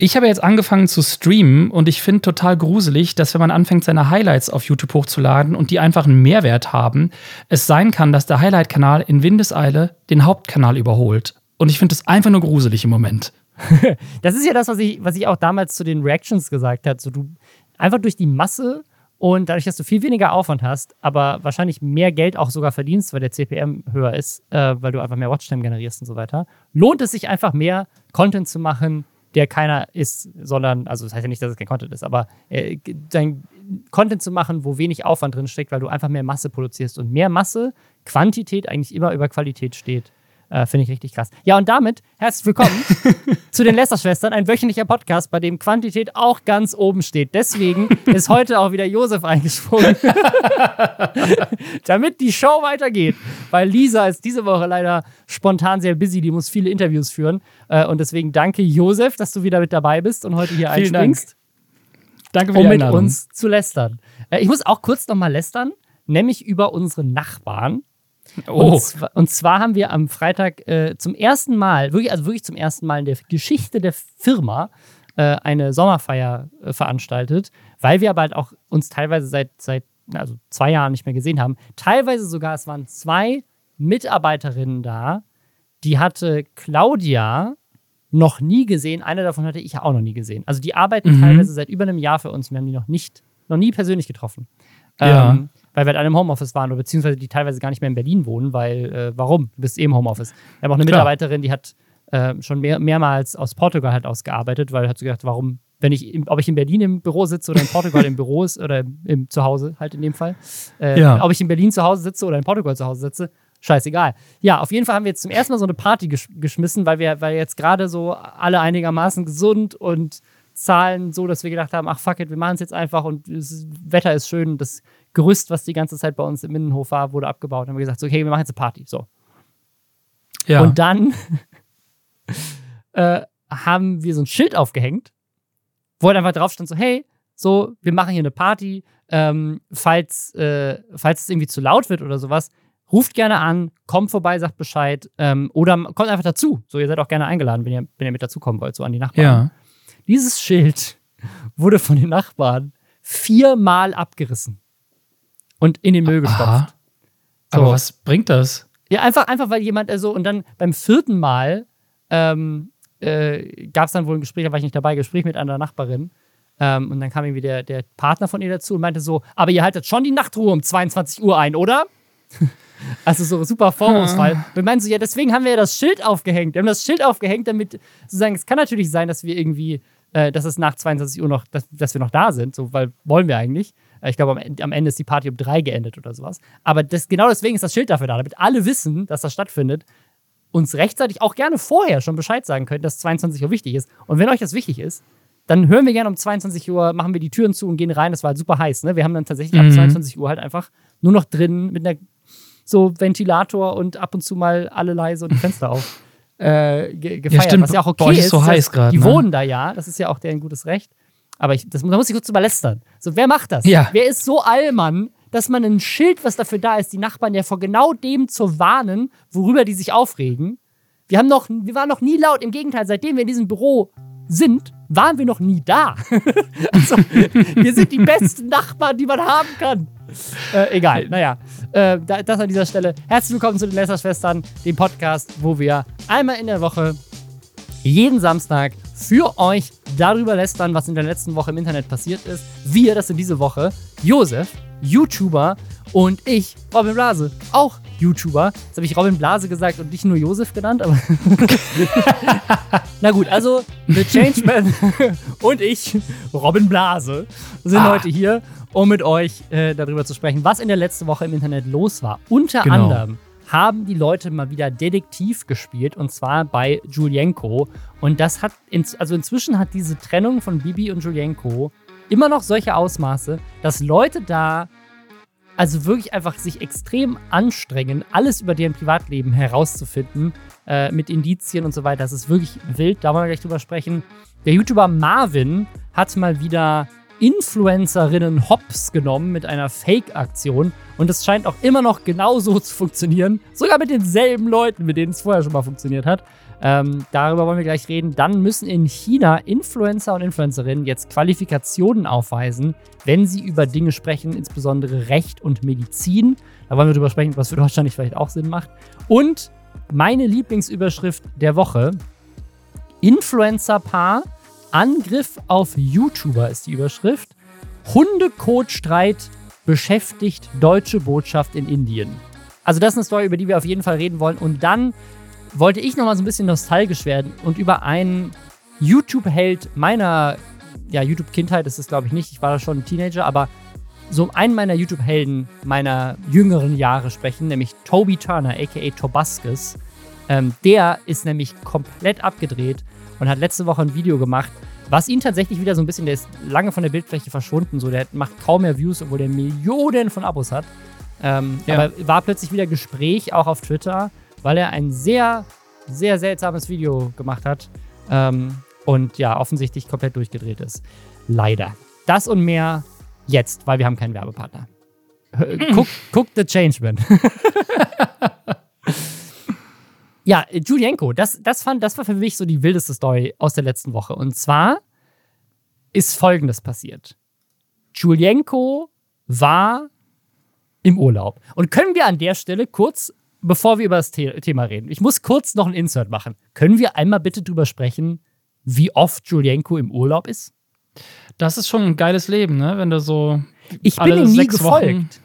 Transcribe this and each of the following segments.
Ich habe jetzt angefangen zu streamen und ich finde total gruselig, dass wenn man anfängt, seine Highlights auf YouTube hochzuladen und die einfach einen Mehrwert haben, es sein kann, dass der Highlight-Kanal in Windeseile den Hauptkanal überholt. Und ich finde das einfach nur gruselig im Moment. Das ist ja das, was ich auch damals zu den Reactions gesagt habe. So, du einfach durch die Masse und dadurch, dass du viel weniger Aufwand hast, aber wahrscheinlich mehr Geld auch sogar verdienst, weil der CPM höher ist, weil du einfach mehr Watchtime generierst und so weiter, lohnt es sich einfach mehr, Content zu machen, der keiner ist, sondern, also das heißt ja nicht, dass es kein Content ist, aber dein Content zu machen, wo wenig Aufwand drin steckt, weil du einfach mehr Masse produzierst und mehr Masse, Quantität eigentlich immer über Qualität steht. Finde ich richtig krass. Ja, und damit herzlich willkommen zu den Lästerschwestern, ein wöchentlicher Podcast, bei dem Quantität auch ganz oben steht. Deswegen ist heute auch wieder Josef eingesprungen, damit die Show weitergeht. Weil Lisa ist diese Woche leider spontan sehr busy, die muss viele Interviews führen. Und deswegen danke, Josef, dass du wieder mit dabei bist und heute hier einspringst. Danke für die Einladung. Um mit uns zu lästern. Ich muss auch kurz nochmal lästern, nämlich über unsere Nachbarn. Oh. Und zwar haben wir am Freitag zum ersten Mal, wirklich zum ersten Mal in der Geschichte der Firma eine Sommerfeier veranstaltet, weil wir aber halt auch uns teilweise seit 2 Jahren nicht mehr gesehen haben. Teilweise sogar, es waren 2 Mitarbeiterinnen da, die hatte Claudia noch nie gesehen. Eine davon hatte ich auch noch nie gesehen. Also die arbeiten teilweise seit über einem Jahr für uns. Wir haben die noch nie persönlich getroffen. Ja. Weil wir halt alle im Homeoffice waren oder beziehungsweise die teilweise gar nicht mehr in Berlin wohnen, weil, warum? Du bist im Homeoffice. Wir haben auch eine Mitarbeiterin, die hat schon mehrmals aus Portugal halt ausgearbeitet, weil hat so gedacht, warum, ob ich in Berlin im Büro sitze oder in Portugal im Büro ist oder zu Hause halt in dem Fall. Ob ich in Berlin zu Hause sitze oder in Portugal zu Hause sitze, scheißegal. Ja, auf jeden Fall haben wir jetzt zum ersten Mal so eine Party geschmissen, weil jetzt gerade so alle einigermaßen gesund und Zahlen so, dass wir gedacht haben, ach fuck it, wir machen es jetzt einfach und das Wetter ist schön. Das Gerüst, was die ganze Zeit bei uns im Innenhof war, wurde abgebaut. Dann haben wir gesagt, so, okay, wir machen jetzt eine Party. So. Ja. Und dann haben wir so ein Schild aufgehängt, wo halt einfach drauf stand, so, hey, so, wir machen hier eine Party. Falls es irgendwie zu laut wird oder sowas, ruft gerne an, kommt vorbei, sagt Bescheid oder kommt einfach dazu. So, ihr seid auch gerne eingeladen, wenn ihr mit dazukommen wollt, so an die Nachbarn. Ja. Dieses Schild wurde von den Nachbarn 4-mal abgerissen und in den Müll gestopft. So. Aber was bringt das? Ja, einfach weil jemand, und dann beim 4. Mal gab es dann wohl ein Gespräch, da war ich nicht dabei, Gespräch mit einer Nachbarin. Und dann kam irgendwie der Partner von ihr dazu und meinte so, aber ihr haltet schon die Nachtruhe um 22 Uhr ein, oder? Also so super vorwurfsvoll. Wir meinen so, ja, deswegen haben wir ja das Schild aufgehängt. Wir haben das Schild aufgehängt, damit sozusagen, es kann natürlich sein, dass wir irgendwie, dass es nach 22 Uhr noch, dass wir noch da sind, so, weil wollen wir eigentlich. Ich glaube, am Ende ist die Party um 3 geendet oder sowas. Aber genau deswegen ist das Schild dafür da, damit alle wissen, dass das stattfindet, uns rechtzeitig auch gerne vorher schon Bescheid sagen können, dass 22 Uhr wichtig ist. Und wenn euch das wichtig ist, dann hören wir gerne um 22 Uhr, machen wir die Türen zu und gehen rein. Das war halt super heiß, ne? Wir haben dann tatsächlich ab 22 Uhr halt einfach nur noch drin mit einer so Ventilator und ab und zu mal alle leise und die Fenster auf gefeiert. Ja, stimmt. Was ja auch okay ist. So heiß gerade. Die wohnen da ja, das ist ja auch deren gutes Recht. Aber da muss ich kurz überlästern. So, wer macht das? Ja. Wer ist so allmann, dass man ein Schild, was dafür da ist, die Nachbarn ja vor genau dem zu warnen, worüber die sich aufregen? Wir waren noch nie laut. Im Gegenteil, seitdem wir in diesem Büro sind, waren wir noch nie da. Also, wir sind die besten Nachbarn, die man haben kann. Egal, naja. Das an dieser Stelle. Herzlich willkommen zu den Lästerschwestern, dem Podcast, wo wir einmal in der Woche, jeden Samstag, für euch darüber lästern, was in der letzten Woche im Internet passiert ist. Wir, das sind diese Woche Josef, YouTuber, und ich, Robin Blase, auch YouTuber. Jetzt habe ich Robin Blase gesagt und nicht nur Josef genannt, aber na gut, also The Changeman und ich, Robin Blase, sind heute hier, um mit euch darüber zu sprechen, was in der letzten Woche im Internet los war. Unter anderem haben die Leute mal wieder Detektiv gespielt, und zwar bei Julienko. Und das hat, inzwischen hat diese Trennung von Bibi und Julienko immer noch solche Ausmaße, dass Leute da also wirklich einfach sich extrem anstrengen, alles über deren Privatleben herauszufinden, mit Indizien und so weiter. Das ist wirklich wild, da wollen wir gleich drüber sprechen. Der YouTuber Marvin hat mal wieder Influencerinnen hops genommen mit einer Fake-Aktion. Und es scheint auch immer noch genauso zu funktionieren. Sogar mit denselben Leuten, mit denen es vorher schon mal funktioniert hat. Darüber wollen wir gleich reden. Dann müssen in China Influencer und Influencerinnen jetzt Qualifikationen aufweisen, wenn sie über Dinge sprechen, insbesondere Recht und Medizin. Da wollen wir drüber sprechen, was für Deutschland nicht vielleicht auch Sinn macht. Und meine Lieblingsüberschrift der Woche: Influencer-Paar, Angriff auf YouTuber ist die Überschrift. Hundekotstreit beschäftigt deutsche Botschaft in Indien. Also das ist eine Story, über die wir auf jeden Fall reden wollen. Und dann wollte ich noch mal so ein bisschen nostalgisch werden und über einen YouTube-Held meiner YouTube-Kindheit, das ist glaube ich nicht, ich war da schon ein Teenager, aber so einen meiner YouTube-Helden meiner jüngeren Jahre sprechen, nämlich Toby Turner, a.k.a. Tobuscus. Der ist nämlich komplett abgedreht und hat letzte Woche ein Video gemacht, was ihn tatsächlich wieder so ein bisschen, der ist lange von der Bildfläche verschwunden, so, der macht kaum mehr Views, obwohl der Millionen von Abos hat. Aber war plötzlich wieder Gespräch, auch auf Twitter, weil er ein sehr, sehr seltsames Video gemacht hat und ja, offensichtlich komplett durchgedreht ist. Leider. Das und mehr jetzt, weil wir haben keinen Werbepartner. Guck The Changeman. Ja, Julienko, das war für mich so die wildeste Story aus der letzten Woche. Und zwar ist Folgendes passiert. Julienko war im Urlaub. Und können wir an der Stelle kurz, bevor wir über das Thema reden, ich muss kurz noch ein Insert machen. Können wir einmal bitte drüber sprechen, wie oft Julienko im Urlaub ist? Das ist schon ein geiles Leben, ne? Wenn du so ich bin ihm nie gefolgt.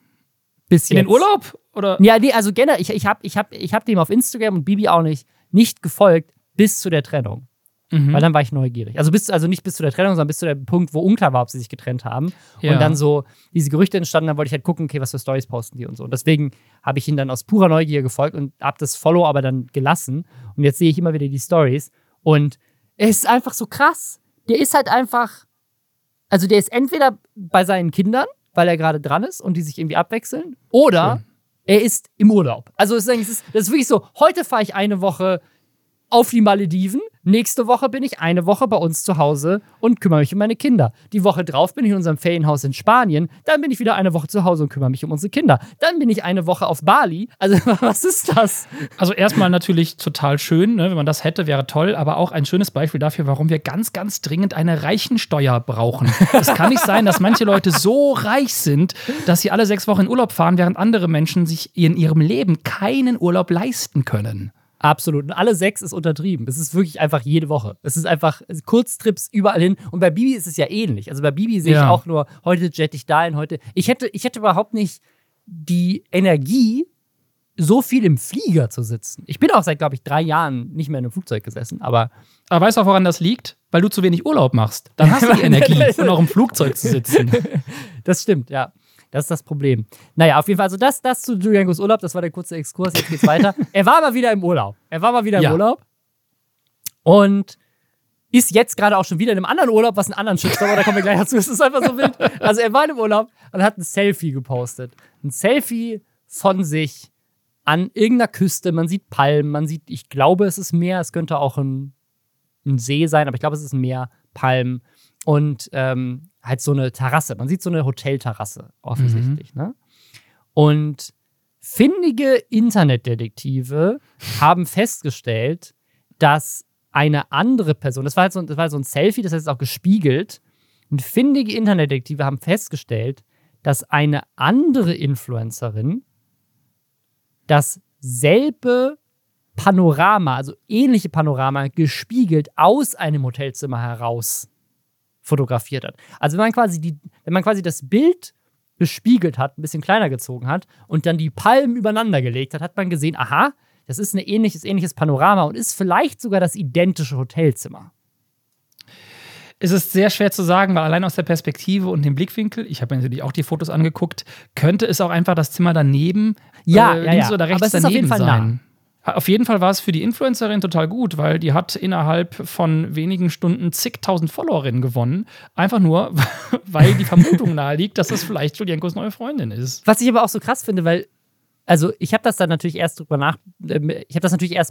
Bis in den Urlaub? Oder? Ja, nee, also generell, ich hab dem auf Instagram und Bibi auch nicht gefolgt bis zu der Trennung. Weil dann war ich neugierig. Also nicht bis zu der Trennung, sondern bis zu dem Punkt, wo unklar war, ob sie sich getrennt haben. Ja. Und dann so diese Gerüchte entstanden, dann wollte ich halt gucken, okay, was für Storys posten die und so. Und deswegen habe ich ihn dann aus purer Neugier gefolgt und habe das Follow aber dann gelassen. Und jetzt sehe ich immer wieder die Stories. Und es ist einfach so krass. Der ist halt einfach, also der ist entweder bei seinen Kindern, weil er gerade dran ist und die sich irgendwie abwechseln, oder er ist im Urlaub. Also das ist wirklich so, heute fahre ich eine Woche auf die Malediven, nächste Woche bin ich eine Woche bei uns zu Hause und kümmere mich um meine Kinder. Die Woche drauf bin ich in unserem Ferienhaus in Spanien, dann bin ich wieder eine Woche zu Hause und kümmere mich um unsere Kinder. Dann bin ich eine Woche auf Bali. Also was ist das? Also erstmal natürlich total schön, ne? Wenn man das hätte, wäre toll, aber auch ein schönes Beispiel dafür, warum wir ganz, ganz dringend eine Reichensteuer brauchen. Es kann nicht sein, dass manche Leute so reich sind, dass sie alle 6 Wochen in Urlaub fahren, während andere Menschen sich in ihrem Leben keinen Urlaub leisten können. Absolut. Und alle 6 ist untertrieben. Es ist wirklich einfach jede Woche. Es ist einfach Kurztrips überall hin. Und bei Bibi ist es ja ähnlich. Also bei Bibi sehe ich auch nur, heute jette ich dahin, heute. Ich hätte überhaupt nicht die Energie, so viel im Flieger zu sitzen. Ich bin auch seit, glaube ich, 3 Jahren nicht mehr in einem Flugzeug gesessen. Aber weißt du auch, woran das liegt? Weil du zu wenig Urlaub machst. Dann hast du die Energie, um auch im Flugzeug zu sitzen. Das stimmt, ja. Das ist das Problem. Naja, auf jeden Fall, also das zu Juliankos Urlaub, das war der kurze Exkurs, jetzt geht's weiter. Er war aber wieder im Urlaub. Urlaub und ist jetzt gerade auch schon wieder in einem anderen Urlaub, was einen anderen Shitstorm, aber da kommen wir gleich dazu, es ist einfach so wild. Also er war im Urlaub und hat ein Selfie gepostet. Ein Selfie von sich an irgendeiner Küste, man sieht Palmen, man sieht, ich glaube, es ist Meer, es könnte auch ein See sein, aber ich glaube, es ist ein Meer, Palmen und halt so eine Terrasse. Man sieht so eine Hotelterrasse offensichtlich. Ne? Und findige Internetdetektive haben festgestellt, dass eine andere Person, das war so ein Selfie, das heißt auch gespiegelt, und findige Internetdetektive haben festgestellt, dass eine andere Influencerin dasselbe Panorama, also ähnliche Panorama, gespiegelt aus einem Hotelzimmer heraus fotografiert hat. Also wenn man quasi das Bild gespiegelt hat, ein bisschen kleiner gezogen hat und dann die Palmen übereinander gelegt hat, hat man gesehen, aha, das ist ein ähnliches Panorama und ist vielleicht sogar das identische Hotelzimmer. Es ist sehr schwer zu sagen, weil allein aus der Perspektive und dem Blickwinkel, ich habe mir natürlich auch die Fotos angeguckt, könnte es auch einfach das Zimmer daneben links oder rechts daneben auf jeden Fall sein. Auf jeden Fall war es für die Influencerin total gut, weil die hat innerhalb von wenigen Stunden zigtausend Followerinnen gewonnen. Einfach nur, weil die Vermutung naheliegt, dass das vielleicht Julienkos neue Freundin ist. Was ich aber auch so krass finde, weil, also ich habe das dann natürlich erst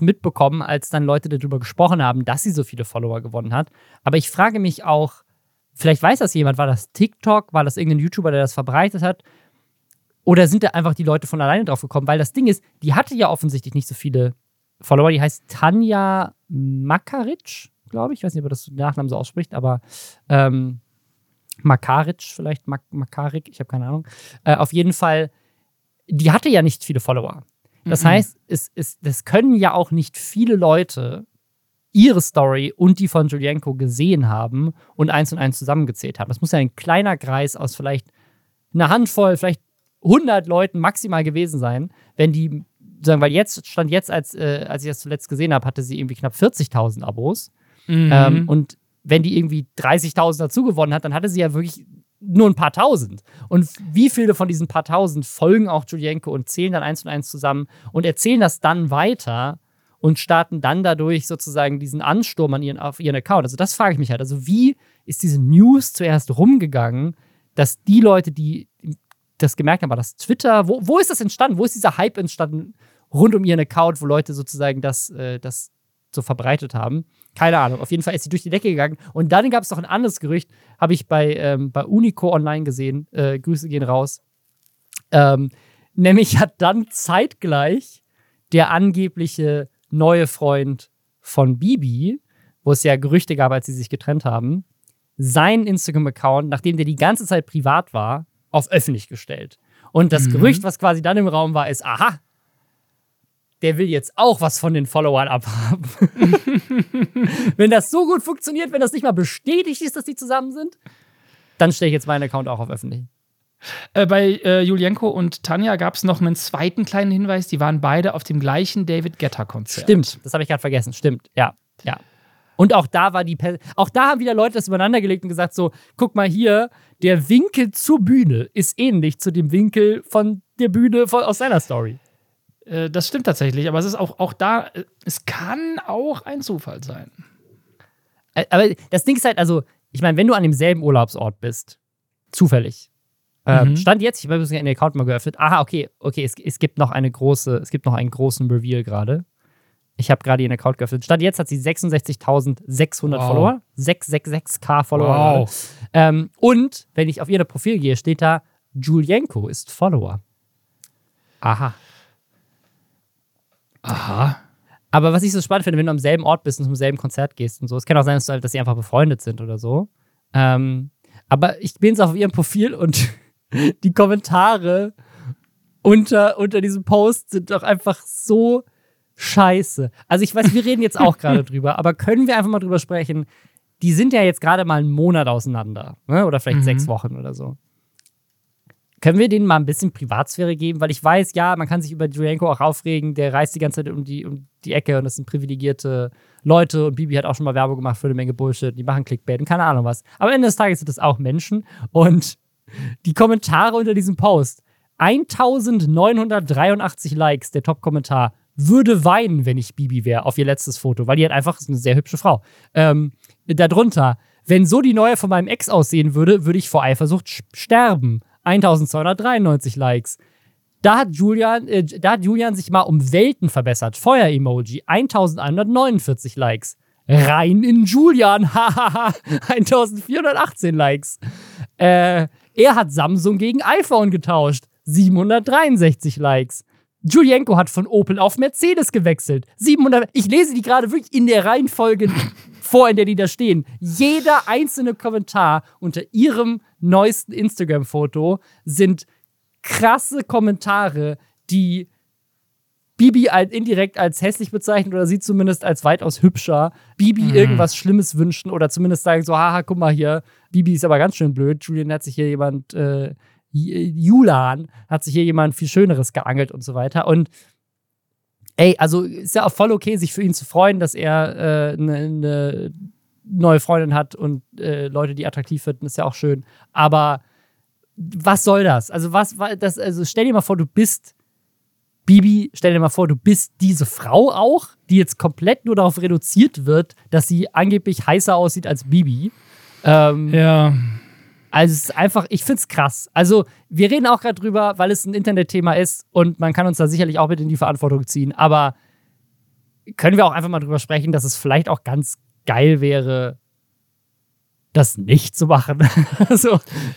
mitbekommen, als dann Leute darüber gesprochen haben, dass sie so viele Follower gewonnen hat. Aber ich frage mich auch, vielleicht weiß das jemand, war das TikTok, war das irgendein YouTuber, der das verbreitet hat? Oder sind da einfach die Leute von alleine drauf gekommen? Weil das Ding ist, die hatte ja offensichtlich nicht so viele Follower. Die heißt Tanja Makaric, glaube ich. Ich weiß nicht, ob das den Nachnamen so ausspricht, aber Makaric vielleicht, Makarik, ich habe keine Ahnung. Auf jeden Fall, die hatte ja nicht viele Follower. Das heißt, es können ja auch nicht viele Leute ihre Story und die von Julienko gesehen haben und 1 und 1 zusammengezählt haben. Das muss ja ein kleiner Kreis aus vielleicht einer Handvoll, vielleicht 100 Leuten maximal gewesen sein, wenn die, sagen, weil jetzt, stand jetzt, als ich das zuletzt gesehen habe, hatte sie irgendwie knapp 40.000 Abos. Und wenn die irgendwie 30.000 dazu gewonnen hat, dann hatte sie ja wirklich nur ein paar tausend. Und wie viele von diesen paar tausend folgen auch Julienko und zählen dann 1 und 1 zusammen und erzählen das dann weiter und starten dann dadurch sozusagen diesen Ansturm auf ihren Account. Also das frage ich mich halt. Also wie ist diese News zuerst rumgegangen, dass die Leute, die das gemerkt haben, war das Twitter? Wo ist das entstanden? Wo ist dieser Hype entstanden rund um ihren Account, wo Leute sozusagen das so verbreitet haben? Keine Ahnung. Auf jeden Fall ist sie durch die Decke gegangen. Und dann gab es noch ein anderes Gerücht, habe ich bei Unico online gesehen. Grüße gehen raus. Nämlich hat dann zeitgleich der angebliche neue Freund von Bibi, wo es ja Gerüchte gab, als sie sich getrennt haben, seinen Instagram-Account, nachdem der die ganze Zeit privat war, auf öffentlich gestellt. Und das Gerücht, was quasi dann im Raum war, ist, aha, der will jetzt auch was von den Followern abhaben. Wenn das so gut funktioniert, wenn das nicht mal bestätigt ist, dass die zusammen sind, dann stelle ich jetzt meinen Account auch auf öffentlich. Bei Julienko und Tanja gab es noch einen zweiten kleinen Hinweis. Die waren beide auf dem gleichen David Guetta-Konzert. Stimmt, das habe ich gerade vergessen. Stimmt, ja. Und auch da auch da haben wieder Leute das übereinander gelegt und gesagt so, guck mal hier, der Winkel zur Bühne ist ähnlich zu dem Winkel von der Bühne aus seiner Story. Das stimmt tatsächlich, aber es ist auch da, es kann auch ein Zufall sein. Aber das Ding ist halt, also, ich meine, wenn du an demselben Urlaubsort bist, zufällig, Stand jetzt, ich habe den Account mal geöffnet, okay, es gibt noch einen großen Reveal gerade. Ich habe gerade ihren Account geöffnet. Stand jetzt hat sie 66.600 Follower. 666k Follower. Wow. Und wenn ich auf ihr Profil gehe, steht da, Julienko ist Follower. Aha. Aber was ich so spannend finde, wenn du am selben Ort bist und zum selben Konzert gehst und so, es kann auch sein, dass sie einfach befreundet sind oder so. Aber ich bin jetzt auf ihrem Profil und die Kommentare unter diesem Post sind doch einfach so scheiße. Also ich weiß, wir reden jetzt auch gerade drüber, aber können wir einfach mal drüber sprechen, die sind ja jetzt gerade mal einen Monat auseinander, ne? Oder vielleicht 6 Wochen oder so. Können wir denen mal ein bisschen Privatsphäre geben? Weil ich weiß, ja, man kann sich über Julienko auch aufregen, der reist die ganze Zeit um die Ecke und das sind privilegierte Leute und Bibi hat auch schon mal Werbung gemacht für eine Menge Bullshit, die machen Clickbait und keine Ahnung was. Aber am Ende des Tages sind das auch Menschen und die Kommentare unter diesem Post, 1983 Likes, der Top-Kommentar, würde weinen, wenn ich Bibi wäre, auf ihr letztes Foto, weil die hat einfach, ist eine sehr hübsche Frau. Darunter, wenn so die neue von meinem Ex aussehen würde, würde ich vor Eifersucht sterben. 1293 Likes. Da hat Julian sich mal um Welten verbessert. Feuer-Emoji, 1149 Likes. Rein in Julian, hahaha, 1418 Likes. Er hat Samsung gegen iPhone getauscht, 763 Likes. Julienko hat von Opel auf Mercedes gewechselt. 700. Ich lese die gerade wirklich in der Reihenfolge vor, in der die da stehen. Jeder einzelne Kommentar unter ihrem neuesten Instagram-Foto sind krasse Kommentare, die Bibi indirekt als hässlich bezeichnen oder sie zumindest als weitaus hübscher. Bibi irgendwas Schlimmes wünschen oder zumindest sagen so, haha, guck mal hier, Bibi ist aber ganz schön blöd. Julian hat sich hier Julian hat sich hier jemand viel Schöneres geangelt und so weiter. Und also ist ja auch voll okay, sich für ihn zu freuen, dass er eine neue Freundin hat und Leute, die attraktiv finden, ist ja auch schön. Aber was soll das? Also stell dir mal vor, du bist Bibi, stell dir mal vor, du bist diese Frau auch, die jetzt komplett nur darauf reduziert wird, dass sie angeblich heißer aussieht als Bibi. Ja. Also es ist einfach, ich find's krass. Also wir reden auch gerade drüber, weil es ein Internetthema ist und man kann uns da sicherlich auch mit in die Verantwortung ziehen, aber können wir auch einfach mal drüber sprechen, dass es vielleicht auch ganz geil wäre, das nicht zu machen. So.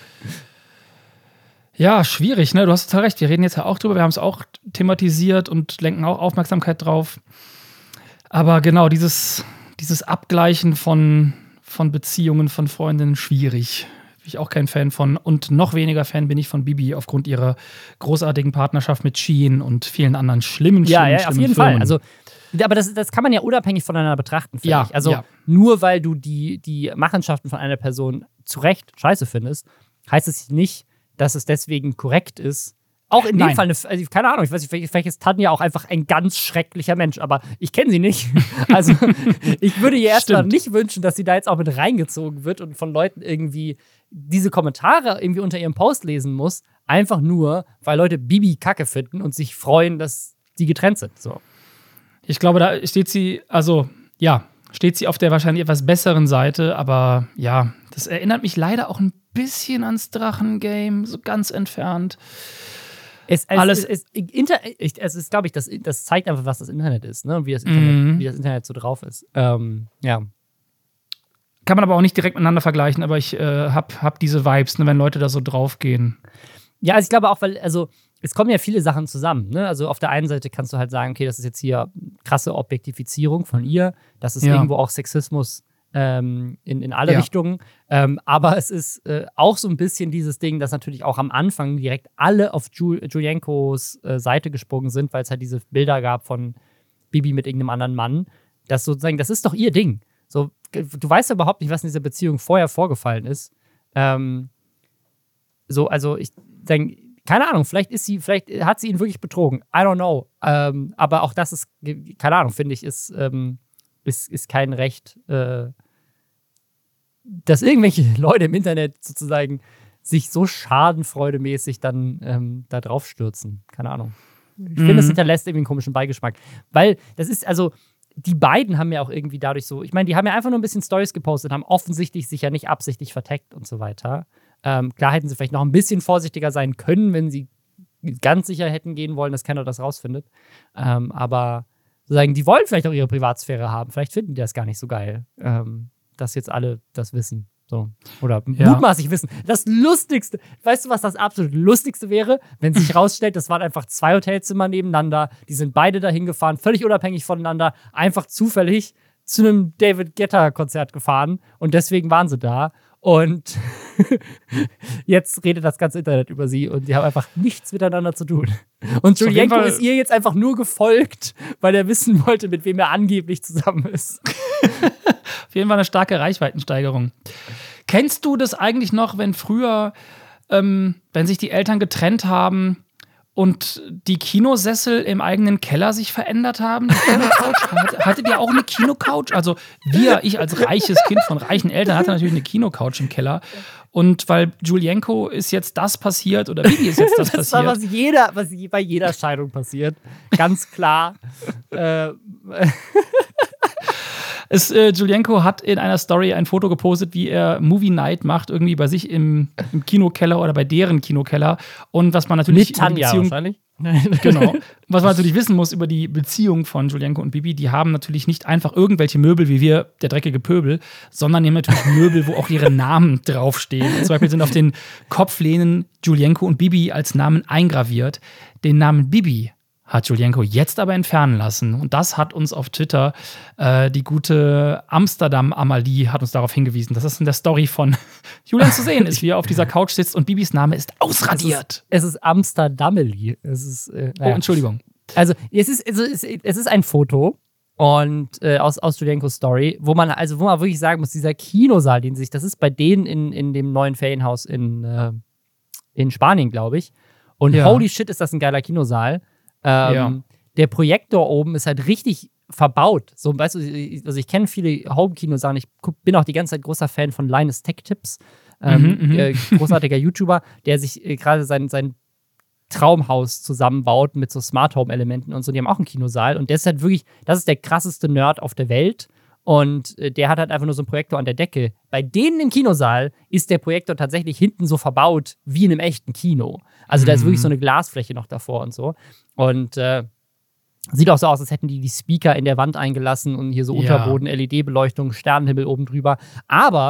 Ja, schwierig, ne? Du hast total recht. Wir reden jetzt ja auch drüber. Wir haben es auch thematisiert und lenken auch Aufmerksamkeit drauf. Aber genau, dieses Abgleichen von Beziehungen, von Freundinnen, schwierig. Bin ich auch kein Fan von. Und noch weniger Fan bin ich von Bibi aufgrund ihrer großartigen Partnerschaft mit Shein und vielen anderen schlimmen auf jeden Firmen. Fall. Also, aber das kann man ja unabhängig voneinander betrachten, finde ich. Also nur weil du die Machenschaften von einer Person zu Recht scheiße findest, heißt es nicht, dass es deswegen korrekt ist. Auch in dem Fall, also, keine Ahnung, ich weiß nicht, vielleicht ist Tanja auch einfach ein ganz schrecklicher Mensch, aber ich kenne sie nicht. Also ich würde ihr erstmal nicht wünschen, dass sie da jetzt auch mit reingezogen wird und von Leuten irgendwie diese Kommentare irgendwie unter ihrem Post lesen muss, einfach nur, weil Leute Bibi kacke finden und sich freuen, dass die getrennt sind. So. Ich glaube, da steht sie auf der wahrscheinlich etwas besseren Seite, aber ja, das erinnert mich leider auch ein bisschen ans Drachen-Game, so ganz entfernt. Es ist, glaube ich, das zeigt einfach, was das Internet ist, ne? Und wie das Internet so drauf ist. Ja. Kann man aber auch nicht direkt miteinander vergleichen, aber ich hab diese Vibes, ne, wenn Leute da so draufgehen. Ja, also ich glaube auch, weil, also es kommen ja viele Sachen zusammen, ne? Also auf der einen Seite kannst du halt sagen, okay, das ist jetzt hier krasse Objektifizierung von ihr, das ist irgendwo auch Sexismus in alle Richtungen. Aber es ist auch so ein bisschen dieses Ding, dass natürlich auch am Anfang direkt alle auf Juliankos Seite gesprungen sind, weil es halt diese Bilder gab von Bibi mit irgendeinem anderen Mann. Das sozusagen, das ist doch ihr Ding. So, du weißt ja überhaupt nicht, was in dieser Beziehung vorher vorgefallen ist. Also ich denke, keine Ahnung, vielleicht hat sie ihn wirklich betrogen. I don't know. Aber auch das ist, keine Ahnung, finde ich, ist kein Recht, dass irgendwelche Leute im Internet sozusagen sich so schadenfreudemäßig dann da drauf stürzen. Keine Ahnung. Ich finde, es hinterlässt irgendwie einen komischen Beigeschmack. Weil das ist, also, die beiden haben ja auch irgendwie dadurch so, ich meine, die haben ja einfach nur ein bisschen Stories gepostet, haben offensichtlich sich ja nicht absichtlich verteckt und so weiter. Klar hätten sie vielleicht noch ein bisschen vorsichtiger sein können, wenn sie ganz sicher hätten gehen wollen, dass keiner das rausfindet. Aber sozusagen, die wollen vielleicht auch ihre Privatsphäre haben. Vielleicht finden die das gar nicht so geil, dass jetzt alle das wissen. So. Oder mutmaßlich wissen. Das Lustigste, weißt du, was das absolut Lustigste wäre? Wenn sich rausstellt, das waren einfach 2 Hotelzimmer nebeneinander, die sind beide dahin gefahren, völlig unabhängig voneinander, einfach zufällig zu einem David Guetta-Konzert gefahren und deswegen waren sie da. Und jetzt redet das ganze Internet über sie und die haben einfach nichts miteinander zu tun. Und Julienko ist ihr jetzt einfach nur gefolgt, weil er wissen wollte, mit wem er angeblich zusammen ist. Auf jeden Fall eine starke Reichweitensteigerung. Kennst du das eigentlich noch, wenn früher, wenn sich die Eltern getrennt haben und die Kinosessel im eigenen Keller sich verändert haben? Hattet ihr auch eine Kinocouch? Also ich als reiches Kind von reichen Eltern hatte natürlich eine Kinocouch im Keller. Und weil Julienko ist jetzt das passiert oder Bibi ist jetzt das passiert. Das war, was bei jeder Scheidung passiert. Ganz klar. Julienko hat in einer Story ein Foto gepostet, wie er Movie Night macht, irgendwie bei sich im Kinokeller oder bei deren Kinokeller. Und was man natürlich mit Tanja wahrscheinlich. Genau. Was man natürlich wissen muss über die Beziehung von Julienko und Bibi, die haben natürlich nicht einfach irgendwelche Möbel wie wir, der dreckige Pöbel, sondern die haben natürlich Möbel, wo auch ihre Namen draufstehen. Zum Beispiel sind auf den Kopflehnen Julienko und Bibi als Namen eingraviert. Den Namen Bibi hat Julienko jetzt aber entfernen lassen. Und das hat uns auf Twitter die gute Amsterdam-Amalie hat uns darauf hingewiesen, dass das in der Story von Julian zu sehen ist, wie er auf dieser Couch sitzt und Bibis Name ist ausradiert. Es ist Amsterdam-Amalie. Naja. Oh, Entschuldigung. Also, es ist ein Foto und aus Julienkos Story, wo man wirklich sagen muss, dieser Kinosaal, das ist bei denen in dem neuen Ferienhaus in Spanien, glaube ich. Und holy shit, ist das ein geiler Kinosaal. Der Projektor oben ist halt richtig verbaut. So, weißt du, also ich kenne viele Home-Kinosachen. Ich bin auch die ganze Zeit großer Fan von Linus Tech Tips. Großartiger YouTuber, der sich gerade sein Traumhaus zusammenbaut mit so Smart Home-Elementen und so. Die haben auch einen Kinosaal. Und der ist halt wirklich, das ist der krasseste Nerd auf der Welt. Und der hat halt einfach nur so einen Projektor an der Decke. Bei denen im Kinosaal ist der Projektor tatsächlich hinten so verbaut wie in einem echten Kino. Also da ist wirklich so eine Glasfläche noch davor und so. Und sieht auch so aus, als hätten die Speaker in der Wand eingelassen und hier so Unterboden, LED-Beleuchtung, Sternenhimmel oben drüber. Aber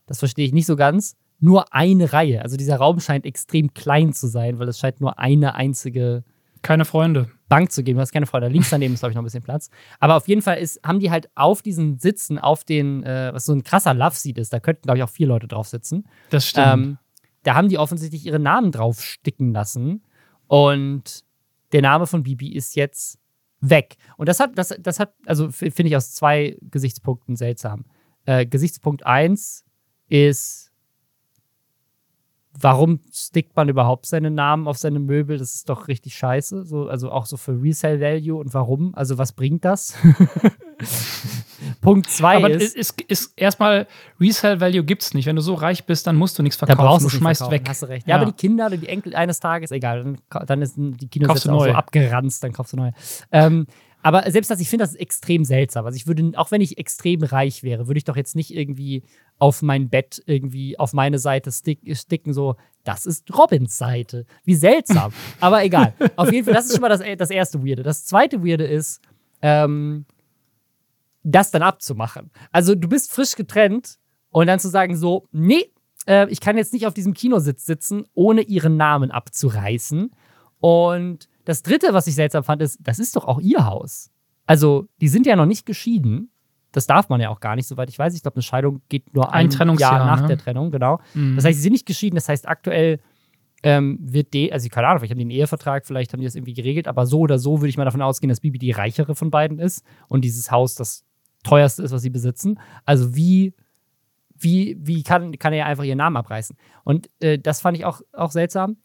das verstehe ich nicht so ganz, nur eine Reihe. Also dieser Raum scheint extrem klein zu sein, weil es scheint nur eine einzige Keine Freunde. Bank zu geben. Du hast keine Freude. Links daneben ist, glaube ich, noch ein bisschen Platz. Aber auf jeden Fall haben die halt auf diesen Sitzen, auf den, was so ein krasser Love-Seat ist, da könnten, glaube ich, auch 4 Leute drauf sitzen. Das stimmt. Da haben die offensichtlich ihre Namen drauf sticken lassen. Und der Name von Bibi ist jetzt weg. Und das hat, also finde ich aus 2 Gesichtspunkten seltsam. Gesichtspunkt 1 ist, warum stickt man überhaupt seinen Namen auf seine Möbel? Das ist doch richtig scheiße. So, also auch so für Resale Value und warum? Also was bringt das? Punkt 2 aber ist erstmal, Resale Value gibt's nicht. Wenn du so reich bist, dann musst du nichts da verkaufen. brauchst Du nicht schmeißt verkaufen, weg. hast du recht. Ja, aber die Kinder oder die Enkel eines Tages, egal, dann ist die Kinosätze auch so abgeranzt, dann kaufst du neue. Aber selbst das, ich finde das extrem seltsam. Also ich würde, auch wenn ich extrem reich wäre, würde ich doch jetzt nicht irgendwie auf mein Bett irgendwie auf meine Seite sticken, so, das ist Robins Seite. Wie seltsam. Aber egal. Auf jeden Fall, das ist schon mal das erste Weirde. Das zweite Weirde ist, das dann abzumachen. Also du bist frisch getrennt und dann zu sagen so, nee, ich kann jetzt nicht auf diesem Kinositz sitzen, ohne ihren Namen abzureißen. Und das dritte, was ich seltsam fand, ist, das ist doch auch ihr Haus. Also, die sind ja noch nicht geschieden. Das darf man ja auch gar nicht, soweit ich weiß. Ich glaube, eine Scheidung geht nur ein Jahr nach der Trennung, genau. Mhm. Das heißt, sie sind nicht geschieden. Das heißt, aktuell wird also keine Ahnung, vielleicht haben die einen Ehevertrag, vielleicht haben die das irgendwie geregelt, aber so oder so würde ich mal davon ausgehen, dass Bibi die reichere von beiden ist und dieses Haus das teuerste ist, was sie besitzen. Also wie kann er ja einfach ihren Namen abreißen? Und das fand ich auch seltsam.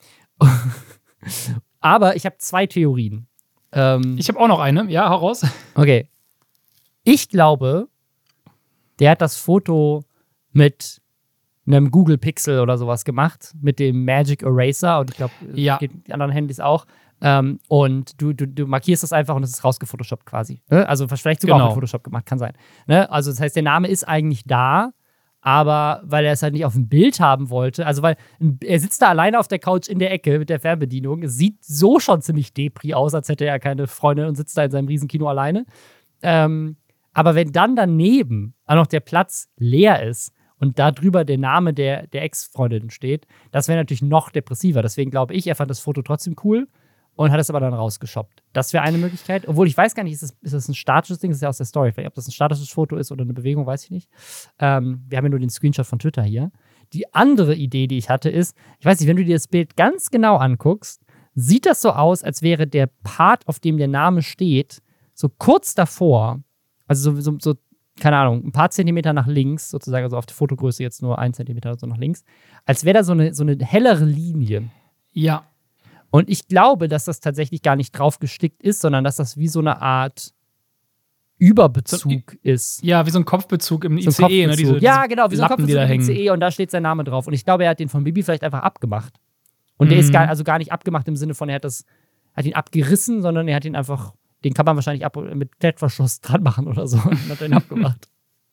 Aber ich habe 2 Theorien. Ich habe auch noch eine. Ja, hau raus. Okay. Ich glaube, der hat das Foto mit einem Google Pixel oder sowas gemacht, mit dem Magic Eraser. Und ich glaube, geht die anderen Handys auch. Und du markierst das einfach und es ist rausgefotoshoppt quasi. Ne? Also vielleicht sogar auch mit Photoshop gemacht, kann sein. Ne? Also das heißt, der Name ist eigentlich da, aber weil er es halt nicht auf dem Bild haben wollte, also weil er sitzt da alleine auf der Couch in der Ecke mit der Fernbedienung, es sieht so schon ziemlich Depri aus, als hätte er keine Freundin und sitzt da in seinem Riesenkino alleine. Aber wenn dann daneben auch noch der Platz leer ist und da drüber der Name der Ex-Freundin steht, das wäre natürlich noch depressiver. Deswegen glaube ich, er fand das Foto trotzdem cool und hat es aber dann rausgeshoppt. Das wäre eine Möglichkeit. Obwohl, ich weiß gar nicht, ist das ein statisches Ding? Das ist ja aus der Story. Vielleicht, ob das ein statisches Foto ist oder eine Bewegung, weiß ich nicht. Wir haben ja nur den Screenshot von Twitter hier. Die andere Idee, die ich hatte, ist, ich weiß nicht, wenn du dir das Bild ganz genau anguckst, sieht das so aus, als wäre der Part, auf dem der Name steht, so kurz davor, also so keine Ahnung, ein paar Zentimeter nach links, sozusagen, also auf der Fotogröße jetzt nur 1 Zentimeter oder so nach links, als wäre da so eine hellere Linie. Ja. Und ich glaube, dass das tatsächlich gar nicht drauf gestickt ist, sondern dass das wie so eine Art Überbezug ist. Ja, wie so ein Kopfbezug im so ICE. Ne? Diese genau, wie so ein Lappen, Kopfbezug im ICE und da steht sein Name drauf. Und ich glaube, er hat den von Bibi vielleicht einfach abgemacht. Und der ist gar nicht abgemacht im Sinne von, er hat ihn abgerissen, sondern er hat ihn einfach, den kann man wahrscheinlich mit Klettverschluss dran machen oder so. Und hat ihn abgemacht.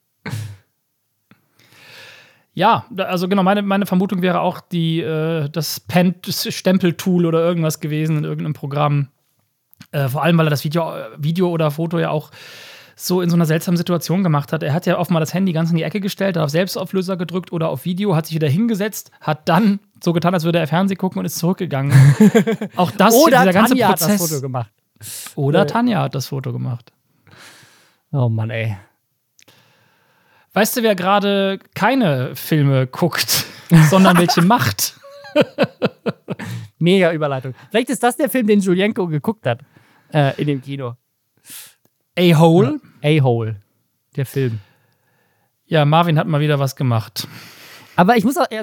Ja, also genau, meine Vermutung wäre auch das Stempel-Tool oder irgendwas gewesen in irgendeinem Programm. Vor allem, weil er das Video oder Foto ja auch so in so einer seltsamen Situation gemacht hat. Er hat ja oft mal das Handy ganz in die Ecke gestellt, hat auf Selbstauflöser gedrückt oder auf Video, hat sich wieder hingesetzt, hat dann so getan, als würde er Fernsehen gucken und ist zurückgegangen. Auch das, oder dieser ganze Tanja Prozess. hat das Foto gemacht. Oder Tanja hat das Foto gemacht. Oh Mann, ey. Weißt du, wer gerade keine Filme guckt, sondern welche macht? Mega Überleitung. Vielleicht ist das der Film, den Julienko geguckt hat in dem Kino. A-Hole? Ja, A-Hole. Der Film. Ja, Marvin hat mal wieder was gemacht. Aber ich muss auch,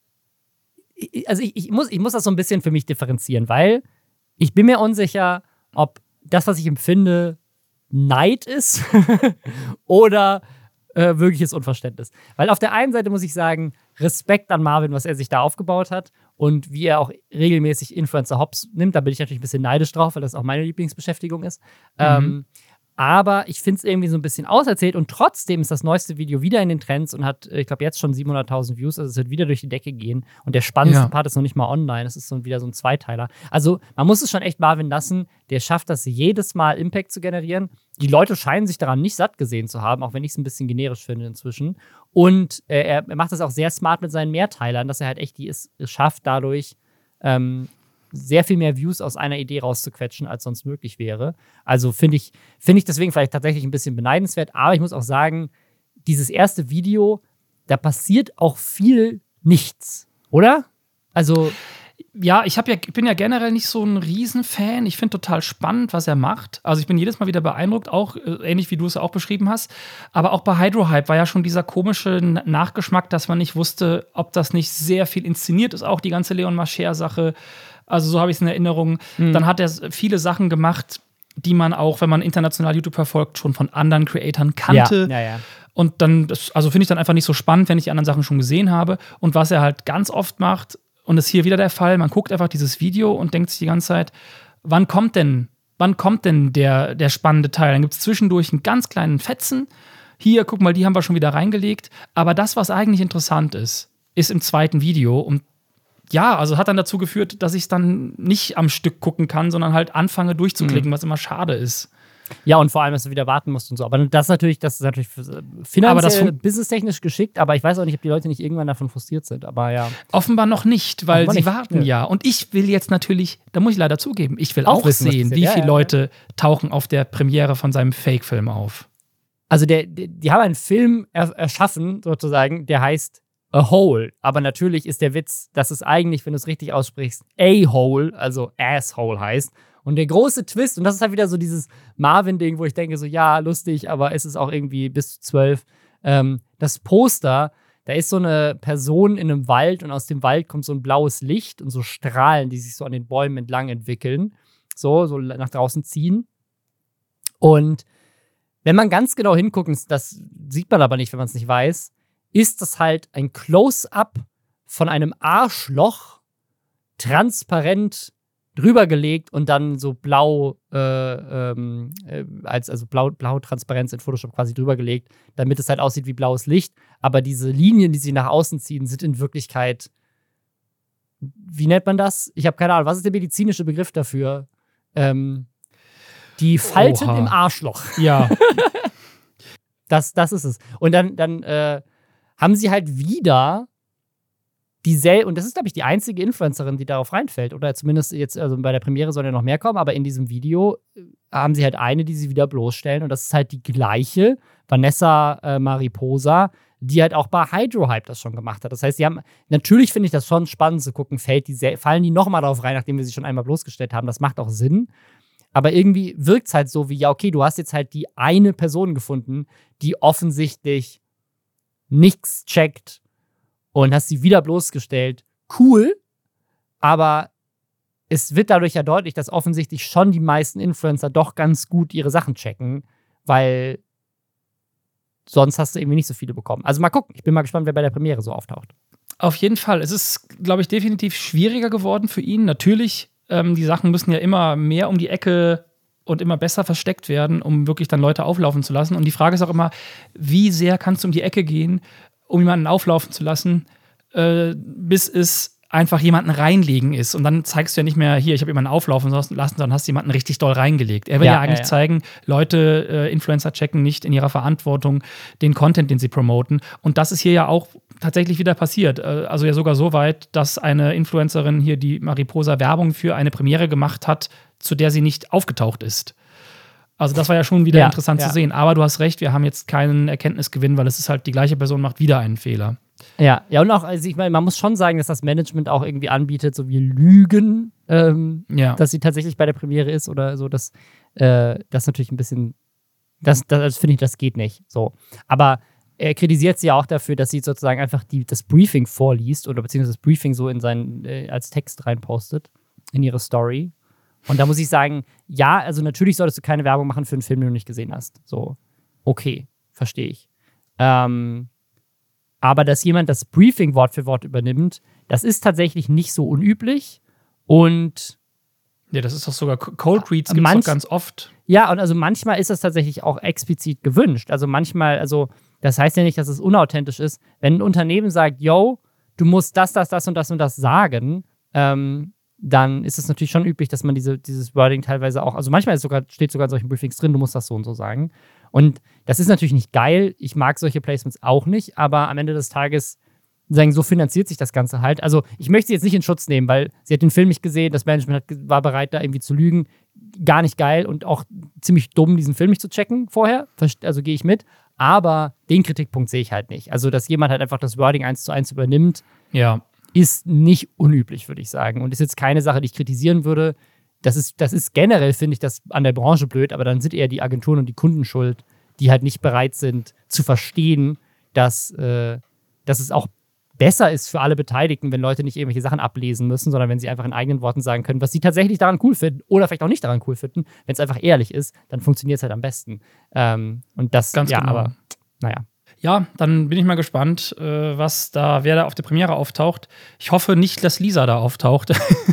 ich muss das so ein bisschen für mich differenzieren, weil ich bin mir unsicher, ob das, was ich empfinde, Neid ist oder wirkliches Unverständnis. Weil auf der einen Seite muss ich sagen, Respekt an Marvin, was er sich da aufgebaut hat und wie er auch regelmäßig Influencer Hops nimmt. Da bin ich natürlich ein bisschen neidisch drauf, weil das auch meine Lieblingsbeschäftigung ist. Aber ich finde es irgendwie so ein bisschen auserzählt und trotzdem ist das neueste Video wieder in den Trends und hat, ich glaube, jetzt schon 700.000 Views. Also es wird wieder durch die Decke gehen. Und der spannendste Part ist noch nicht mal online. Es ist wieder so ein Zweiteiler. Also man muss es schon echt Marvin lassen. Der schafft das jedes Mal, Impact zu generieren. Die Leute scheinen sich daran nicht satt gesehen zu haben, auch wenn ich es ein bisschen generisch finde inzwischen. Und er macht das auch sehr smart mit seinen Mehrteilern, dass er halt echt es schafft, dadurch sehr viel mehr Views aus einer Idee rauszuquetschen, als sonst möglich wäre. Also finde ich deswegen vielleicht tatsächlich ein bisschen beneidenswert. Aber ich muss auch sagen, dieses erste Video, da passiert auch viel nichts, oder? Also ja, ich bin ja generell nicht so ein Riesenfan. Ich finde total spannend, was er macht. Also ich bin jedes Mal wieder beeindruckt, auch ähnlich wie du es auch beschrieben hast. Aber auch bei Hydrohype war ja schon dieser komische Nachgeschmack, dass man nicht wusste, ob das nicht sehr viel inszeniert ist, auch die ganze Leon Mascher-Sache. Also so habe ich es in Erinnerung. Dann hat er viele Sachen gemacht, die man auch, wenn man international YouTube verfolgt, schon von anderen Creatoren kannte. Ja. Und dann, finde ich dann einfach nicht so spannend, wenn ich die anderen Sachen schon gesehen habe. Und was er halt ganz oft macht, und das ist hier wieder der Fall, man guckt einfach dieses Video und denkt sich die ganze Zeit, wann kommt denn der spannende Teil? Dann gibt es zwischendurch einen ganz kleinen Fetzen. Hier, guck mal, die haben wir schon wieder reingelegt. Aber das, was eigentlich interessant ist im zweiten Video. Und ja, also hat dann dazu geführt, dass ich es dann nicht am Stück gucken kann, sondern halt anfange durchzuklicken, was immer schade ist. Ja, und vor allem, dass du wieder warten musst und so. Aber das ist natürlich finanziell, businesstechnisch geschickt, aber ich weiß auch nicht, ob die Leute nicht irgendwann davon frustriert sind. Aber ja. Offenbar noch nicht, weil sie warten ja. Und ich will jetzt natürlich, da muss ich leider zugeben, ich will auch wissen, sehen, wie viele Leute tauchen auf der Premiere von seinem Fake-Film auf. Also die haben einen Film erschaffen, sozusagen, der heißt A Hole. Aber natürlich ist der Witz, dass es eigentlich, wenn du es richtig aussprichst, A-Hole, also Asshole heißt. Und der große Twist, und das ist halt wieder so dieses Marvin-Ding, wo ich denke, so ja, lustig, aber es ist auch irgendwie bis zu 12. Das Poster, da ist so eine Person in einem Wald und aus dem Wald kommt so ein blaues Licht und so Strahlen, die sich so an den Bäumen entlang entwickeln, so nach draußen ziehen. Und wenn man ganz genau hinguckt, das sieht man aber nicht, wenn man es nicht weiß, ist das halt ein Close-up von einem Arschloch, transparent drüber gelegt und dann so blau, blau Transparenz in Photoshop quasi drüber gelegt, damit es halt aussieht wie blaues Licht. Aber diese Linien, die sie nach außen ziehen, sind in Wirklichkeit, wie nennt man das? Ich habe keine Ahnung, was ist der medizinische Begriff dafür? Die Falten im Arschloch. Ja. Das ist es. Und dann haben sie halt wieder und das ist, glaube ich, die einzige Influencerin, die darauf reinfällt. Oder zumindest jetzt, also bei der Premiere sollen ja noch mehr kommen, aber in diesem Video haben sie halt eine, die sie wieder bloßstellen. Und das ist halt die gleiche, Vanessa Mariposa, die halt auch bei Hydrohype das schon gemacht hat. Das heißt, natürlich finde ich das schon spannend zu gucken, fallen die nochmal darauf rein, nachdem wir sie schon einmal bloßgestellt haben. Das macht auch Sinn. Aber irgendwie wirkt es halt so wie, ja, okay, du hast jetzt halt die eine Person gefunden, die offensichtlich nichts checkt und hast sie wieder bloßgestellt. Cool, aber es wird dadurch ja deutlich, dass offensichtlich schon die meisten Influencer doch ganz gut ihre Sachen checken, weil sonst hast du irgendwie nicht so viele bekommen. Also mal gucken, ich bin mal gespannt, wer bei der Premiere so auftaucht. Auf jeden Fall. Es ist, glaube ich, definitiv schwieriger geworden für ihn. Natürlich, die Sachen müssen ja immer mehr um die Ecke und immer besser versteckt werden, um wirklich dann Leute auflaufen zu lassen. Und die Frage ist auch immer, wie sehr kannst du um die Ecke gehen, um jemanden auflaufen zu lassen, bis es einfach jemanden reinlegen ist. Und dann zeigst du ja nicht mehr, hier, ich habe jemanden auflaufen lassen, sondern hast jemanden richtig doll reingelegt. Er will ja eigentlich zeigen, Leute, Influencer checken nicht in ihrer Verantwortung den Content, den sie promoten. Und das ist hier ja auch tatsächlich wieder passiert. Also ja sogar so weit, dass eine Influencerin hier, die Mariposa, Werbung für eine Premiere gemacht hat, zu der sie nicht aufgetaucht ist. Also das war ja schon wieder interessant zu sehen. Aber du hast recht, wir haben jetzt keinen Erkenntnisgewinn, weil es ist halt, die gleiche Person macht wieder einen Fehler. Ja, und auch, also ich meine, man muss schon sagen, dass das Management auch irgendwie anbietet, so wie Lügen, dass sie tatsächlich bei der Premiere ist oder so, das natürlich ein bisschen, das finde ich, das geht nicht. So. Aber er kritisiert sie ja auch dafür, dass sie sozusagen einfach das Briefing vorliest oder beziehungsweise das Briefing so in als Text reinpostet in ihre Story. Und da muss ich sagen, ja, also natürlich solltest du keine Werbung machen für einen Film, den du nicht gesehen hast. So, okay, verstehe ich. Aber dass jemand das Briefing Wort für Wort übernimmt, das ist tatsächlich nicht so unüblich. Und ja, das ist doch sogar Cold Reads gibt es doch ganz oft. Ja, und also manchmal ist das tatsächlich auch explizit gewünscht. Also manchmal, also das heißt ja nicht, dass es unauthentisch ist. Wenn ein Unternehmen sagt, yo, du musst das und das sagen, dann ist es natürlich schon üblich, dass man dieses Wording teilweise auch, also manchmal steht sogar in solchen Briefings drin, du musst das so und so sagen. Und das ist natürlich nicht geil. Ich mag solche Placements auch nicht, aber am Ende des Tages sagen, so finanziert sich das Ganze halt. Also ich möchte sie jetzt nicht in Schutz nehmen, weil sie hat den Film nicht gesehen, das Management war bereit, da irgendwie zu lügen. Gar nicht geil und auch ziemlich dumm, diesen Film nicht zu checken vorher. Also gehe ich mit. Aber den Kritikpunkt sehe ich halt nicht. Also, dass jemand halt einfach das Wording 1:1 übernimmt, ist nicht unüblich, würde ich sagen. Und ist jetzt keine Sache, die ich kritisieren würde. Das ist generell, finde ich, das an der Branche blöd, aber dann sind eher die Agenturen und die Kunden schuld, die halt nicht bereit sind zu verstehen, dass es auch besser ist für alle Beteiligten, wenn Leute nicht irgendwelche Sachen ablesen müssen, sondern wenn sie einfach in eigenen Worten sagen können, was sie tatsächlich daran cool finden oder vielleicht auch nicht daran cool finden. Wenn es einfach ehrlich ist, dann funktioniert es halt am besten. Und das, Ganz genau. Aber naja. Ja, dann bin ich mal gespannt, wer da auf der Premiere auftaucht. Ich hoffe nicht, dass Lisa da auftaucht.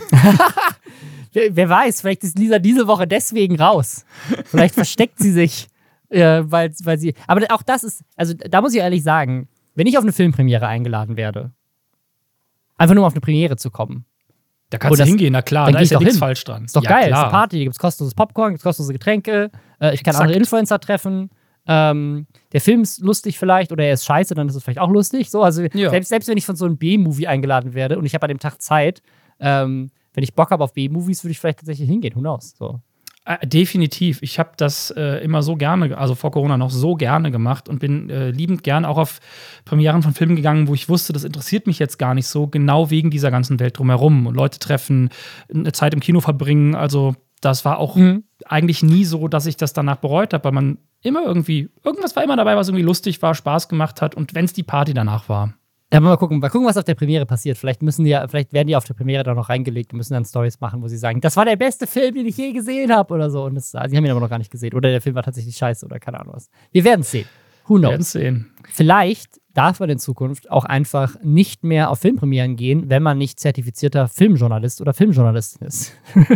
Wer weiß, vielleicht ist Lisa diese Woche deswegen raus. Vielleicht versteckt sie sich, weil sie. Aber auch das ist, also da muss ich ehrlich sagen, wenn ich auf eine Filmpremiere eingeladen werde, einfach nur um auf eine Premiere zu kommen. Da kannst du hingehen, na klar, da ist ja nichts falsch dran. Ist doch geil, klar. Ist eine Party, da gibt es kostenloses Popcorn, gibt es kostenlose Getränke, ich kann andere Influencer treffen, der Film ist lustig vielleicht oder er ist scheiße, dann ist es vielleicht auch lustig. So, also selbst wenn ich von so einem B-Movie eingeladen werde und ich habe an dem Tag Zeit, wenn ich Bock habe auf B-Movies, würde ich vielleicht tatsächlich hingehen, who knows, so. Definitiv. Ich habe das immer so gerne, also vor Corona noch so gerne gemacht und bin liebend gern auch auf Premieren von Filmen gegangen, wo ich wusste, das interessiert mich jetzt gar nicht so, genau wegen dieser ganzen Welt drumherum und Leute treffen, eine Zeit im Kino verbringen. Also das war auch eigentlich nie so, dass ich das danach bereut habe, weil man immer irgendwas war immer dabei, was irgendwie lustig war, Spaß gemacht hat und wenn es die Party danach war. Ja, mal gucken, was auf der Premiere passiert. Vielleicht werden die auf der Premiere da noch reingelegt und müssen dann Stories machen, wo sie sagen, das war der beste Film, den ich je gesehen habe oder so. Und sie haben ihn aber noch gar nicht gesehen. Oder der Film war tatsächlich scheiße oder keine Ahnung was. Wir werden es sehen. Who knows? Wir werden es sehen. Vielleicht darf man in Zukunft auch einfach nicht mehr auf Filmpremieren gehen, wenn man nicht zertifizierter Filmjournalist oder Filmjournalistin ist.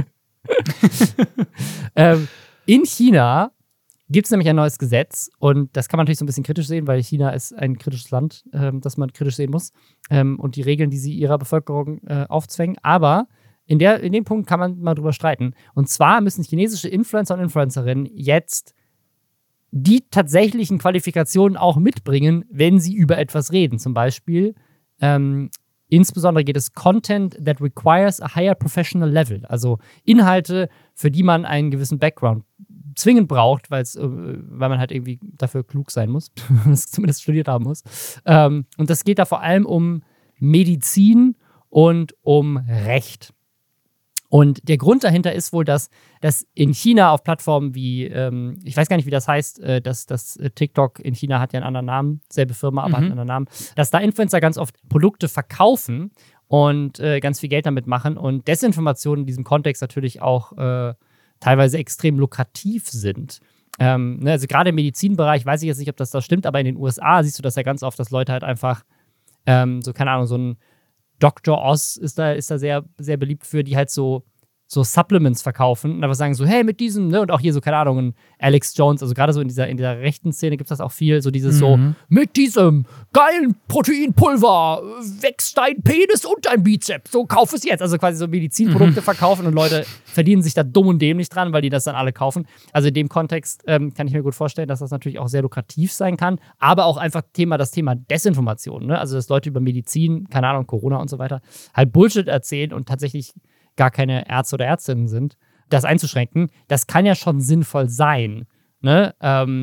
In China gibt es nämlich ein neues Gesetz und das kann man natürlich so ein bisschen kritisch sehen, weil China ist ein kritisches Land, das man kritisch sehen muss und die Regeln, die sie ihrer Bevölkerung aufzwängen. Aber in dem Punkt kann man mal drüber streiten. Und zwar müssen chinesische Influencer und Influencerinnen jetzt die tatsächlichen Qualifikationen auch mitbringen, wenn sie über etwas reden. Zum Beispiel insbesondere geht es Content that requires a higher professional level. Also Inhalte, für die man einen gewissen Background zwingend braucht, weil man halt irgendwie dafür klug sein muss, das zumindest studiert haben muss. Und das geht da vor allem um Medizin und um Recht. Und der Grund dahinter ist wohl, dass in China auf Plattformen wie, ich weiß gar nicht, wie das heißt, dass TikTok in China hat ja einen anderen Namen, selbe Firma, aber hat einen anderen Namen, dass da Influencer ganz oft Produkte verkaufen und ganz viel Geld damit machen und Desinformationen in diesem Kontext natürlich auch teilweise extrem lukrativ sind. Also gerade im Medizinbereich, weiß ich jetzt nicht, ob das da stimmt, aber in den USA siehst du das ja ganz oft, dass Leute halt einfach so, keine Ahnung, so ein Dr. Oz ist da sehr, sehr beliebt für, die halt so Supplements verkaufen und einfach sagen so, hey, mit diesem, ne, und auch hier so, keine Ahnung, ein Alex Jones, also gerade so in dieser rechten Szene gibt es das auch viel, so dieses so, mit diesem geilen Proteinpulver wächst dein Penis und dein Bizeps, so kauf es jetzt. Also quasi so Medizinprodukte verkaufen und Leute verdienen sich da dumm und dämlich dran, weil die das dann alle kaufen. Also in dem Kontext kann ich mir gut vorstellen, dass das natürlich auch sehr lukrativ sein kann, aber auch einfach das Thema Desinformation, ne? Also dass Leute über Medizin, keine Ahnung, Corona und so weiter, halt Bullshit erzählen und tatsächlich gar keine Ärzte oder Ärztinnen sind, das einzuschränken, das kann ja schon sinnvoll sein. Ne?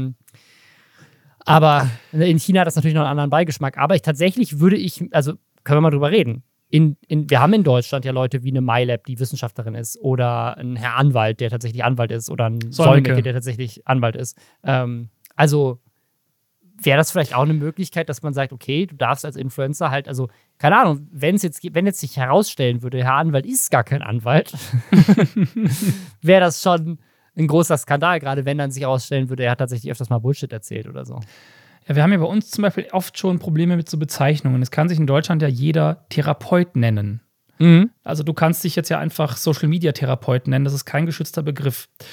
Aber in China hat das natürlich noch einen anderen Beigeschmack. Aber also können wir mal drüber reden. Wir haben in Deutschland ja Leute wie eine MyLab, die Wissenschaftlerin ist, oder ein Herr Anwalt, der tatsächlich Anwalt ist, oder ein Solmecke, der tatsächlich Anwalt ist. Also wäre das vielleicht auch eine Möglichkeit, dass man sagt, okay, du darfst als Influencer halt, also, keine Ahnung, wenn jetzt sich herausstellen würde, Herr Anwalt ist gar kein Anwalt, wäre das schon ein großer Skandal, gerade wenn dann sich herausstellen würde, er hat tatsächlich öfters mal Bullshit erzählt oder so. Ja, wir haben ja bei uns zum Beispiel oft schon Probleme mit so Bezeichnungen. Es kann sich in Deutschland ja jeder Therapeut nennen. Also du kannst dich jetzt ja einfach Social-Media-Therapeut nennen, das ist kein geschützter Begriff.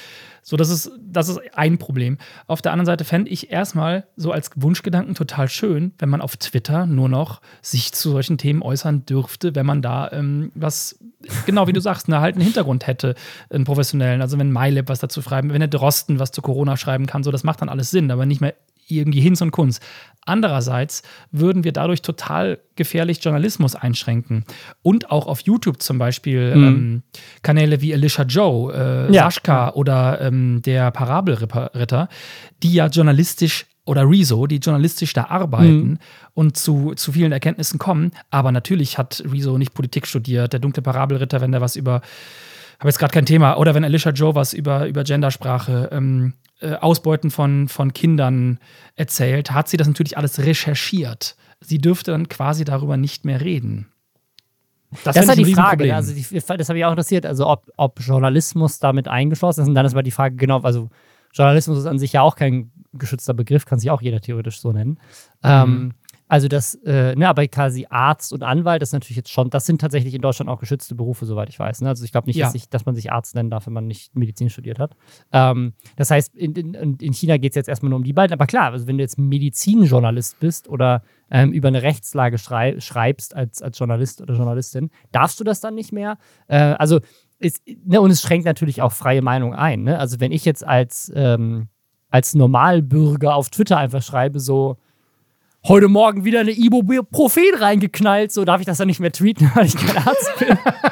So, das ist ein Problem. Auf der anderen Seite fände ich erstmal so als Wunschgedanken total schön, wenn man auf Twitter nur noch sich zu solchen Themen äußern dürfte, wenn man da was, genau wie du sagst, halt einen Hintergrund hätte, einen professionellen. Also wenn MyLab was dazu schreiben, wenn der Drosten was zu Corona schreiben kann, so, das macht dann alles Sinn, aber nicht mehr irgendwie Hinz und Kunz. Andererseits würden wir dadurch total gefährlich Journalismus einschränken. Und auch auf YouTube zum Beispiel Kanäle wie Alicia Joe, Sascha oder der Parabelritter, die ja journalistisch oder Rezo, die journalistisch da arbeiten und zu vielen Erkenntnissen kommen. Aber natürlich hat Rezo nicht Politik studiert. Der dunkle Parabelritter, wenn der was über, habe jetzt gerade kein Thema, oder wenn Alicia Joe was über Gendersprache Ausbeuten von Kindern erzählt, hat sie das natürlich alles recherchiert. Sie dürfte dann quasi darüber nicht mehr reden. Das ist halt die Frage. Also das habe ich auch interessiert, also ob Journalismus damit eingeschlossen ist. Und dann ist aber die Frage, genau, also Journalismus ist an sich ja auch kein geschützter Begriff, kann sich auch jeder theoretisch so nennen. Also das, aber quasi Arzt und Anwalt, das ist natürlich jetzt schon, das sind tatsächlich in Deutschland auch geschützte Berufe, soweit ich weiß. Ne? Also ich glaube nicht, dass man sich Arzt nennen darf, wenn man nicht Medizin studiert hat. Das heißt, in China geht es jetzt erstmal nur um die beiden. Aber klar, also wenn du jetzt Medizinjournalist bist oder über eine Rechtslage schreibst als Journalist oder Journalistin, darfst du das dann nicht mehr? Und es schränkt natürlich auch freie Meinung ein. Ne? Also wenn ich jetzt als Normalbürger auf Twitter einfach schreibe, so heute Morgen wieder eine Ibuprofen reingeknallt, so darf ich das dann nicht mehr tweeten, weil ich kein Arzt bin.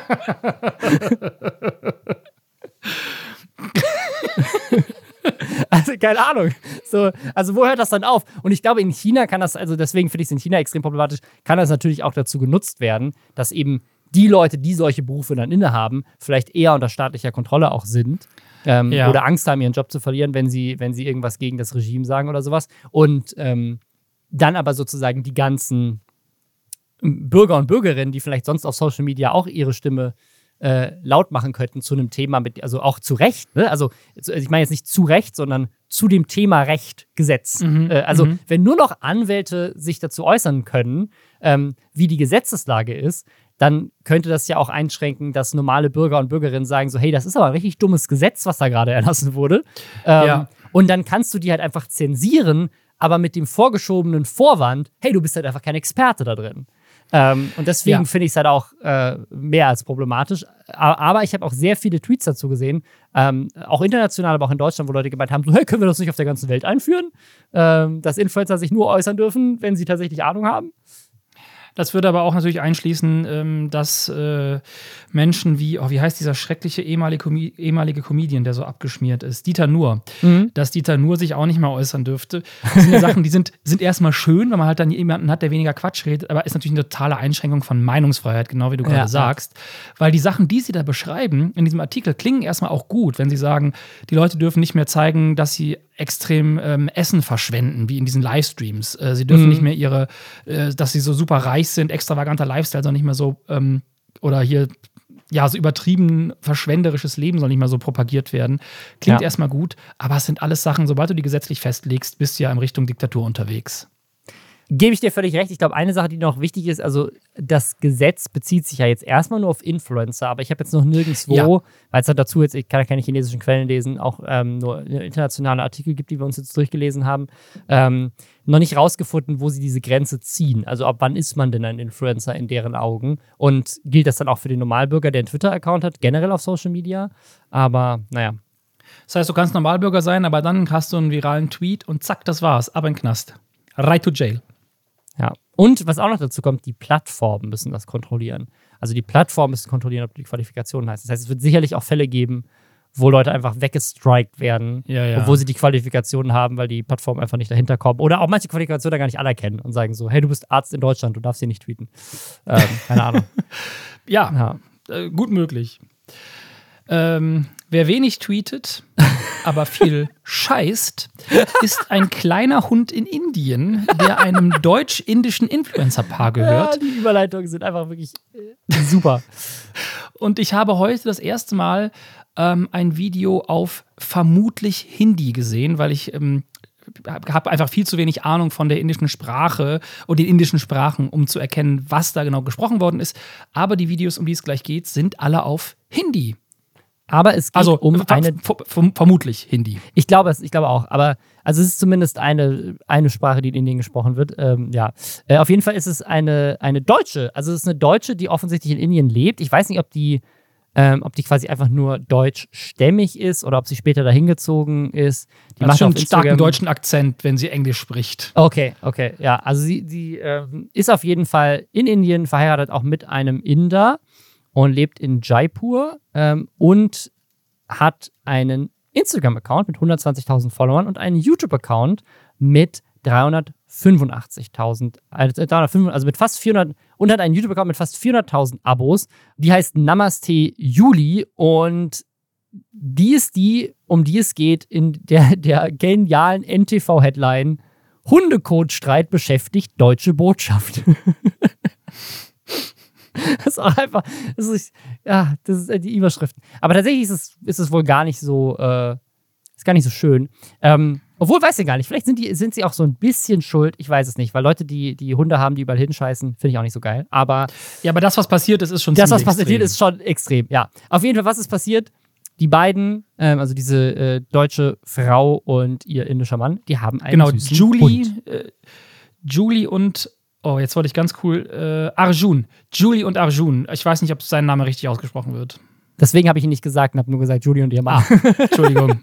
Also, keine Ahnung. So, also, wo hört das dann auf? Und ich glaube, in China kann das, also deswegen finde ich es in China extrem problematisch, kann das natürlich auch dazu genutzt werden, dass eben die Leute, die solche Berufe dann innehaben, vielleicht eher unter staatlicher Kontrolle auch sind. Oder Angst haben, ihren Job zu verlieren, wenn sie irgendwas gegen das Regime sagen oder sowas. Und dann aber sozusagen die ganzen Bürger und Bürgerinnen, die vielleicht sonst auf Social Media auch ihre Stimme laut machen könnten zu einem Thema, also auch zu Recht, ne? Also ich meine jetzt nicht zu Recht, sondern zu dem Thema Recht, Gesetz. Wenn nur noch Anwälte sich dazu äußern können, wie die Gesetzeslage ist, dann könnte das ja auch einschränken, dass normale Bürger und Bürgerinnen sagen so, hey, das ist aber ein richtig dummes Gesetz, was da gerade erlassen wurde. Und dann kannst du die halt einfach zensieren, aber mit dem vorgeschobenen Vorwand, hey, du bist halt einfach kein Experte da drin. Und deswegen finde ich es halt auch mehr als problematisch. Aber ich habe auch sehr viele Tweets dazu gesehen, auch international, aber auch in Deutschland, wo Leute gemeint haben, so, hey, können wir das nicht auf der ganzen Welt einführen? Dass Influencer sich nur äußern dürfen, wenn sie tatsächlich Ahnung haben? Das würde aber auch natürlich einschließen, dass Menschen wie heißt dieser schreckliche ehemalige Comedian, der so abgeschmiert ist, Dieter Nuhr, dass Dieter Nuhr sich auch nicht mehr äußern dürfte. Das sind ja Sachen, die sind erstmal schön, weil man halt dann jemanden hat, der weniger Quatsch redet, aber ist natürlich eine totale Einschränkung von Meinungsfreiheit, genau wie du gerade sagst. Weil die Sachen, die sie da beschreiben in diesem Artikel, klingen erstmal auch gut, wenn sie sagen, die Leute dürfen nicht mehr zeigen, dass sie extrem Essen verschwenden, wie in diesen Livestreams. Sie dürfen nicht mehr dass sie so super reich sind, extravaganter Lifestyle soll nicht mehr so, oder hier, so übertrieben verschwenderisches Leben soll nicht mehr so propagiert werden. Klingt erstmal gut, aber es sind alles Sachen, sobald du die gesetzlich festlegst, bist du ja in Richtung Diktatur unterwegs. Gebe ich dir völlig recht. Ich glaube, eine Sache, die noch wichtig ist, also das Gesetz bezieht sich ja jetzt erstmal nur auf Influencer, aber ich habe jetzt noch nirgendwo, weil es dazu jetzt, ich kann ja keine chinesischen Quellen lesen, auch nur internationale Artikel gibt, die wir uns jetzt durchgelesen haben, noch nicht rausgefunden, wo sie diese Grenze ziehen. Also ab wann ist man denn ein Influencer in deren Augen? Und gilt das dann auch für den Normalbürger, der einen Twitter-Account hat, generell auf Social Media? Aber naja. Das heißt, du kannst Normalbürger sein, aber dann hast du einen viralen Tweet und zack, das war's. Aber in den Knast. Right to jail. Ja. Und was auch noch dazu kommt, die Plattformen müssen das kontrollieren. Also die Plattformen müssen kontrollieren, ob die Qualifikation heißt. Das heißt, es wird sicherlich auch Fälle geben, wo Leute einfach weggestrikt werden, obwohl sie die Qualifikationen haben, weil die Plattformen einfach nicht dahinter kommen. Oder auch manche Qualifikationen da gar nicht anerkennen und sagen so, hey, du bist Arzt in Deutschland, du darfst hier nicht tweeten. Keine Ahnung. Gut möglich. Wer wenig tweetet, aber viel scheißt, ist ein kleiner Hund in Indien, der einem deutsch-indischen Influencer-Paar gehört. Ja, die Überleitungen sind einfach wirklich super. Und ich habe heute das erste Mal ein Video auf vermutlich Hindi gesehen, weil ich habe einfach viel zu wenig Ahnung von der indischen Sprache und den indischen Sprachen, um zu erkennen, was da genau gesprochen worden ist. Aber die Videos, um die es gleich geht, sind alle auf Hindi. Aber es geht um eine. Vermutlich Hindi. Ich glaube auch. Aber also es ist zumindest eine Sprache, die in Indien gesprochen wird. Auf jeden Fall ist es eine Deutsche. Also es ist eine Deutsche, die offensichtlich in Indien lebt. Ich weiß nicht, ob die quasi einfach nur deutschstämmig ist oder ob sie später dahin gezogen ist. Die hat schon einen starken deutschen Akzent, wenn sie Englisch spricht. Okay. Ja, also sie ist auf jeden Fall in Indien, verheiratet auch mit einem Inder und lebt in Jaipur und hat einen Instagram-Account mit 120.000 Followern und einen YouTube-Account mit 385.000, also mit fast 400, und hat einen YouTube-Account mit fast 400.000 Abos. Die heißt Namaste Juli und die ist die, um die es geht in der genialen NTV-Headline: Hundekotstreit beschäftigt deutsche Botschaft. Das ist auch einfach, das ist die Überschriften. Aber tatsächlich ist es wohl gar nicht so, ist gar nicht so schön. Obwohl, weiß ich gar nicht, vielleicht sind sie auch so ein bisschen schuld, ich weiß es nicht, weil Leute, die Hunde haben, die überall hinscheißen, finde ich auch nicht so geil. Aber das, was passiert ist schon ziemlich extrem. Das, was passiert ist schon extrem, ja. Auf jeden Fall, was ist passiert? Die beiden, also diese deutsche Frau und ihr indischer Mann, die haben einen süßen Hund. Julie und jetzt wollte ich ganz cool, Arjun. Julie und Arjun. Ich weiß nicht, ob sein Name richtig ausgesprochen wird. Deswegen habe ich ihn nicht gesagt und habe nur gesagt, Julie und ihr Mann. Entschuldigung.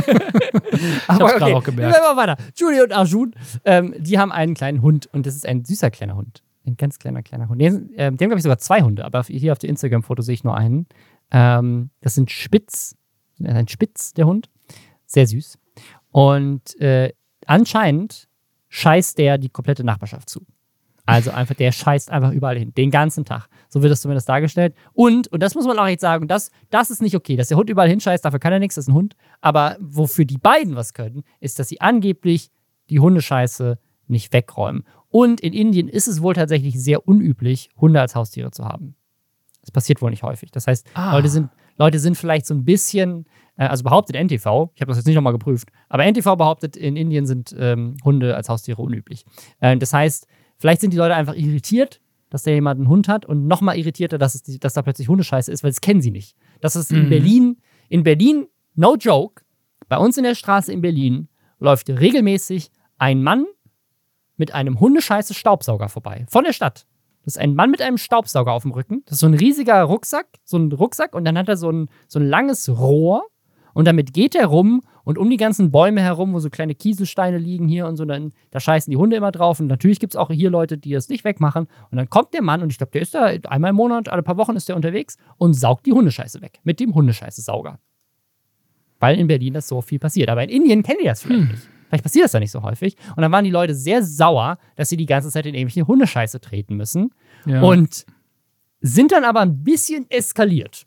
Aber ich habe es auch gemerkt. Wir machen weiter. Julie und Arjun, die haben einen kleinen Hund und das ist ein süßer kleiner Hund. Ein ganz kleiner Hund. Die haben, glaube ich, sogar 2 Hunde, aber hier auf dem Instagram-Foto sehe ich nur einen. Das sind ein Spitz, der Hund. Sehr süß. Und anscheinend scheißt der die komplette Nachbarschaft zu. Also einfach, der scheißt einfach überall hin, den ganzen Tag. So wird es zumindest dargestellt. Und das muss man auch echt sagen, das ist nicht okay. Dass der Hund überall hinscheißt, dafür kann er nichts, das ist ein Hund. Aber wofür die beiden was können, ist, dass sie angeblich die Hundescheiße nicht wegräumen. Und in Indien ist es wohl tatsächlich sehr unüblich, Hunde als Haustiere zu haben. Das passiert wohl nicht häufig. Das heißt, Leute sind vielleicht so ein bisschen, also behauptet NTV, ich habe das jetzt nicht nochmal geprüft, aber NTV behauptet, in Indien sind Hunde als Haustiere unüblich. Das heißt, vielleicht sind die Leute einfach irritiert, dass da jemand einen Hund hat und nochmal irritierter, dass da plötzlich Hundescheiße ist, weil das kennen sie nicht. Das ist in Berlin, no joke, bei uns in der Straße in Berlin läuft regelmäßig ein Mann mit einem Hundescheiße-Staubsauger vorbei. Von der Stadt. Das ist ein Mann mit einem Staubsauger auf dem Rücken. Das ist so ein riesiger Rucksack, und dann hat er so ein langes Rohr und damit geht er rum und um die ganzen Bäume herum, wo so kleine Kieselsteine liegen hier und so, da scheißen die Hunde immer drauf. Und natürlich gibt es auch hier Leute, die das nicht wegmachen. Und dann kommt der Mann, und ich glaube, der ist da einmal im Monat, alle paar Wochen ist der unterwegs und saugt die Hundescheiße weg. Mit dem Hundescheiße-Sauger. Weil in Berlin das so viel passiert. Aber in Indien kennen die das vielleicht nicht. Vielleicht passiert das da nicht so häufig. Und dann waren die Leute sehr sauer, dass sie die ganze Zeit in irgendwelche Hundescheiße treten müssen. Ja. Und sind dann aber ein bisschen eskaliert.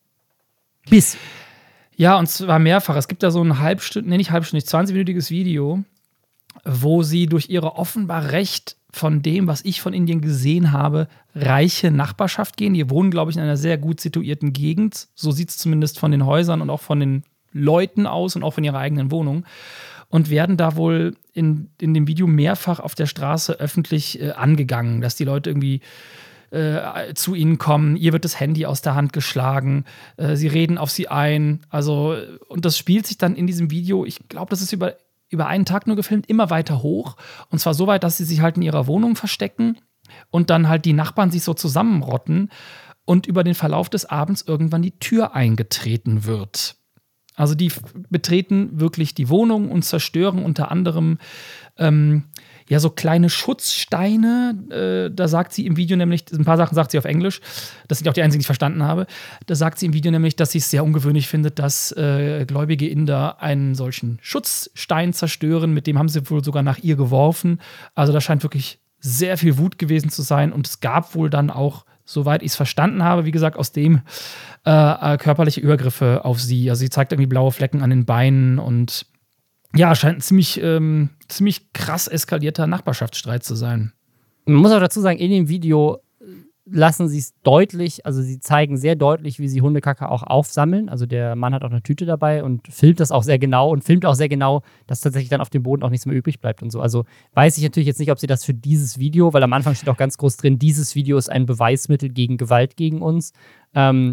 Ja, und zwar mehrfach. Es gibt da so ein 20-minütiges Video, wo sie durch ihre offenbar recht von dem, was ich von Indien gesehen habe, reiche Nachbarschaft gehen. Die wohnen, glaube ich, in einer sehr gut situierten Gegend. So sieht es zumindest von den Häusern und auch von den Leuten aus und auch von ihrer eigenen Wohnung. Und werden da wohl in dem Video mehrfach auf der Straße öffentlich angegangen, dass die Leute irgendwie zu ihnen kommen, ihr wird das Handy aus der Hand geschlagen, sie reden auf sie ein, also, und das spielt sich dann in diesem Video, ich glaube, das ist über einen Tag nur gefilmt, immer weiter hoch, und zwar so weit, dass sie sich halt in ihrer Wohnung verstecken und dann halt die Nachbarn sich so zusammenrotten und über den Verlauf des Abends irgendwann die Tür eingetreten wird. Also die betreten wirklich die Wohnung und zerstören unter anderem so kleine Schutzsteine. Da sagt sie im Video nämlich, ein paar Sachen sagt sie auf Englisch, das sind auch die einzigen, die ich verstanden habe. Da sagt sie im Video nämlich, dass sie es sehr ungewöhnlich findet, dass gläubige Inder einen solchen Schutzstein zerstören. Mit dem haben sie wohl sogar nach ihr geworfen. Also da scheint wirklich sehr viel Wut gewesen zu sein. Und es gab wohl dann auch, soweit ich es verstanden habe, wie gesagt, aus dem körperliche Übergriffe auf sie. Also sie zeigt irgendwie blaue Flecken an den Beinen und ja, scheint ein ziemlich krass eskalierter Nachbarschaftsstreit zu sein. Man muss auch dazu sagen, in dem Video lassen sie es deutlich, also sie zeigen sehr deutlich, wie sie Hundekacke auch aufsammeln. Also der Mann hat auch eine Tüte dabei und filmt das auch sehr genau und filmt auch sehr genau, dass tatsächlich dann auf dem Boden auch nichts mehr übrig bleibt und so. Also weiß ich natürlich jetzt nicht, ob sie das für dieses Video, weil am Anfang steht auch ganz groß drin, dieses Video ist ein Beweismittel gegen Gewalt gegen uns.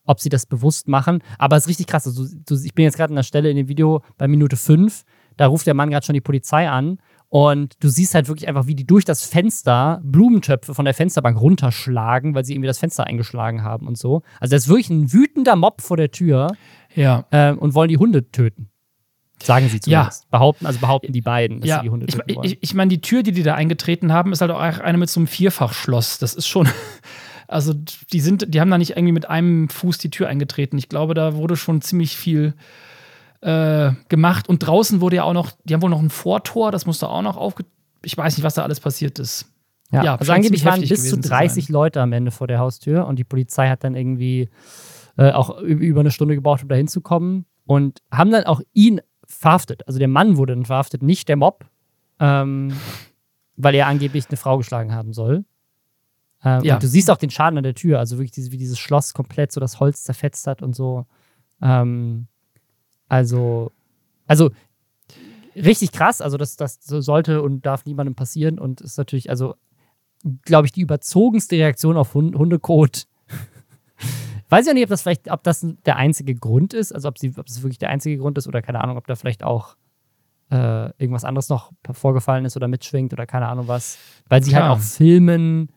ob sie das bewusst machen. Aber es ist richtig krass. Also, ich bin jetzt gerade an der Stelle in dem Video bei Minute 5. Da ruft der Mann gerade schon die Polizei an. Und du siehst halt wirklich einfach, wie die durch das Fenster Blumentöpfe von der Fensterbank runterschlagen, weil sie irgendwie das Fenster eingeschlagen haben und so. Also, da ist wirklich ein wütender Mob vor der Tür und wollen die Hunde töten. Sagen sie zumindest. Ja. Behaupten die beiden, dass sie die Hunde töten wollen. Ich meine, die Tür, die da eingetreten haben, ist halt auch eine mit so einem Vierfachschloss. Das ist schon. Also, die haben da nicht irgendwie mit einem Fuß die Tür eingetreten. Ich glaube, da wurde schon ziemlich viel gemacht. Und draußen wurde ja auch noch, die haben wohl noch ein Vortor, das musste auch noch ich weiß nicht, was da alles passiert ist. Ja, also angeblich waren bis zu 30 Leute am Ende vor der Haustür und die Polizei hat dann irgendwie auch über eine Stunde gebraucht, um da hinzukommen und haben dann auch ihn verhaftet. Also der Mann wurde dann verhaftet, nicht der Mob, weil er angeblich eine Frau geschlagen haben soll. Und du siehst auch den Schaden an der Tür, also wirklich wie dieses Schloss komplett so das Holz zerfetzt hat und so. Also richtig krass, also das sollte und darf niemandem passieren und ist natürlich, also glaube ich, die überzogenste Reaktion auf Hundekot. Weiß ich auch nicht, ob das der einzige Grund ist, also ob es wirklich der einzige Grund ist oder keine Ahnung, ob da vielleicht auch irgendwas anderes noch vorgefallen ist oder mitschwingt oder keine Ahnung was. Weil sie halt auch filmen,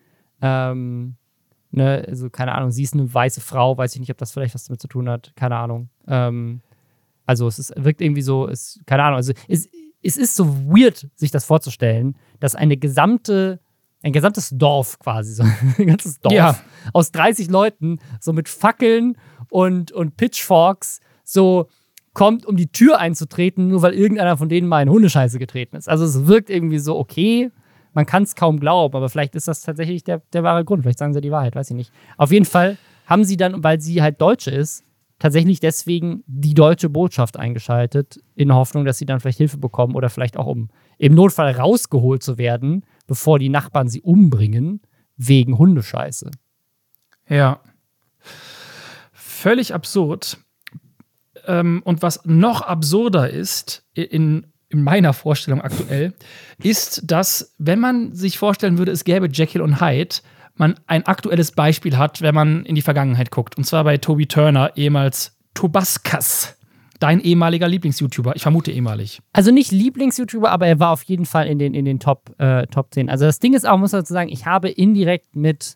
also keine Ahnung, sie ist eine weiße Frau, weiß ich nicht, ob das vielleicht was damit zu tun hat, keine Ahnung. Also wirkt irgendwie so, keine Ahnung, also es ist so weird, sich das vorzustellen, dass ein gesamtes Dorf quasi, so ein ganzes Dorf aus 30 Leuten so mit Fackeln und Pitchforks so kommt, um die Tür einzutreten, nur weil irgendeiner von denen mal in Hundescheiße getreten ist. Also es wirkt irgendwie so, okay, man kann es kaum glauben, aber vielleicht ist das tatsächlich der wahre Grund. Vielleicht sagen sie die Wahrheit, weiß ich nicht. Auf jeden Fall haben sie dann, weil sie halt Deutsche ist, tatsächlich deswegen die deutsche Botschaft eingeschaltet, in Hoffnung, dass sie dann vielleicht Hilfe bekommen oder vielleicht auch, um im Notfall rausgeholt zu werden, bevor die Nachbarn sie umbringen, wegen Hundescheiße. Ja. Völlig absurd. Und was noch absurder ist, in meiner Vorstellung aktuell, ist, dass, wenn man sich vorstellen würde, es gäbe Jekyll und Hyde, man ein aktuelles Beispiel hat, wenn man in die Vergangenheit guckt. Und zwar bei Toby Turner, ehemals Tobuscus. Dein ehemaliger Lieblings-YouTuber. Ich vermute ehemalig. Also nicht Lieblings-YouTuber, aber er war auf jeden Fall in den Top 10. Also das Ding ist auch, muss man dazu sagen, ich habe indirekt indirekt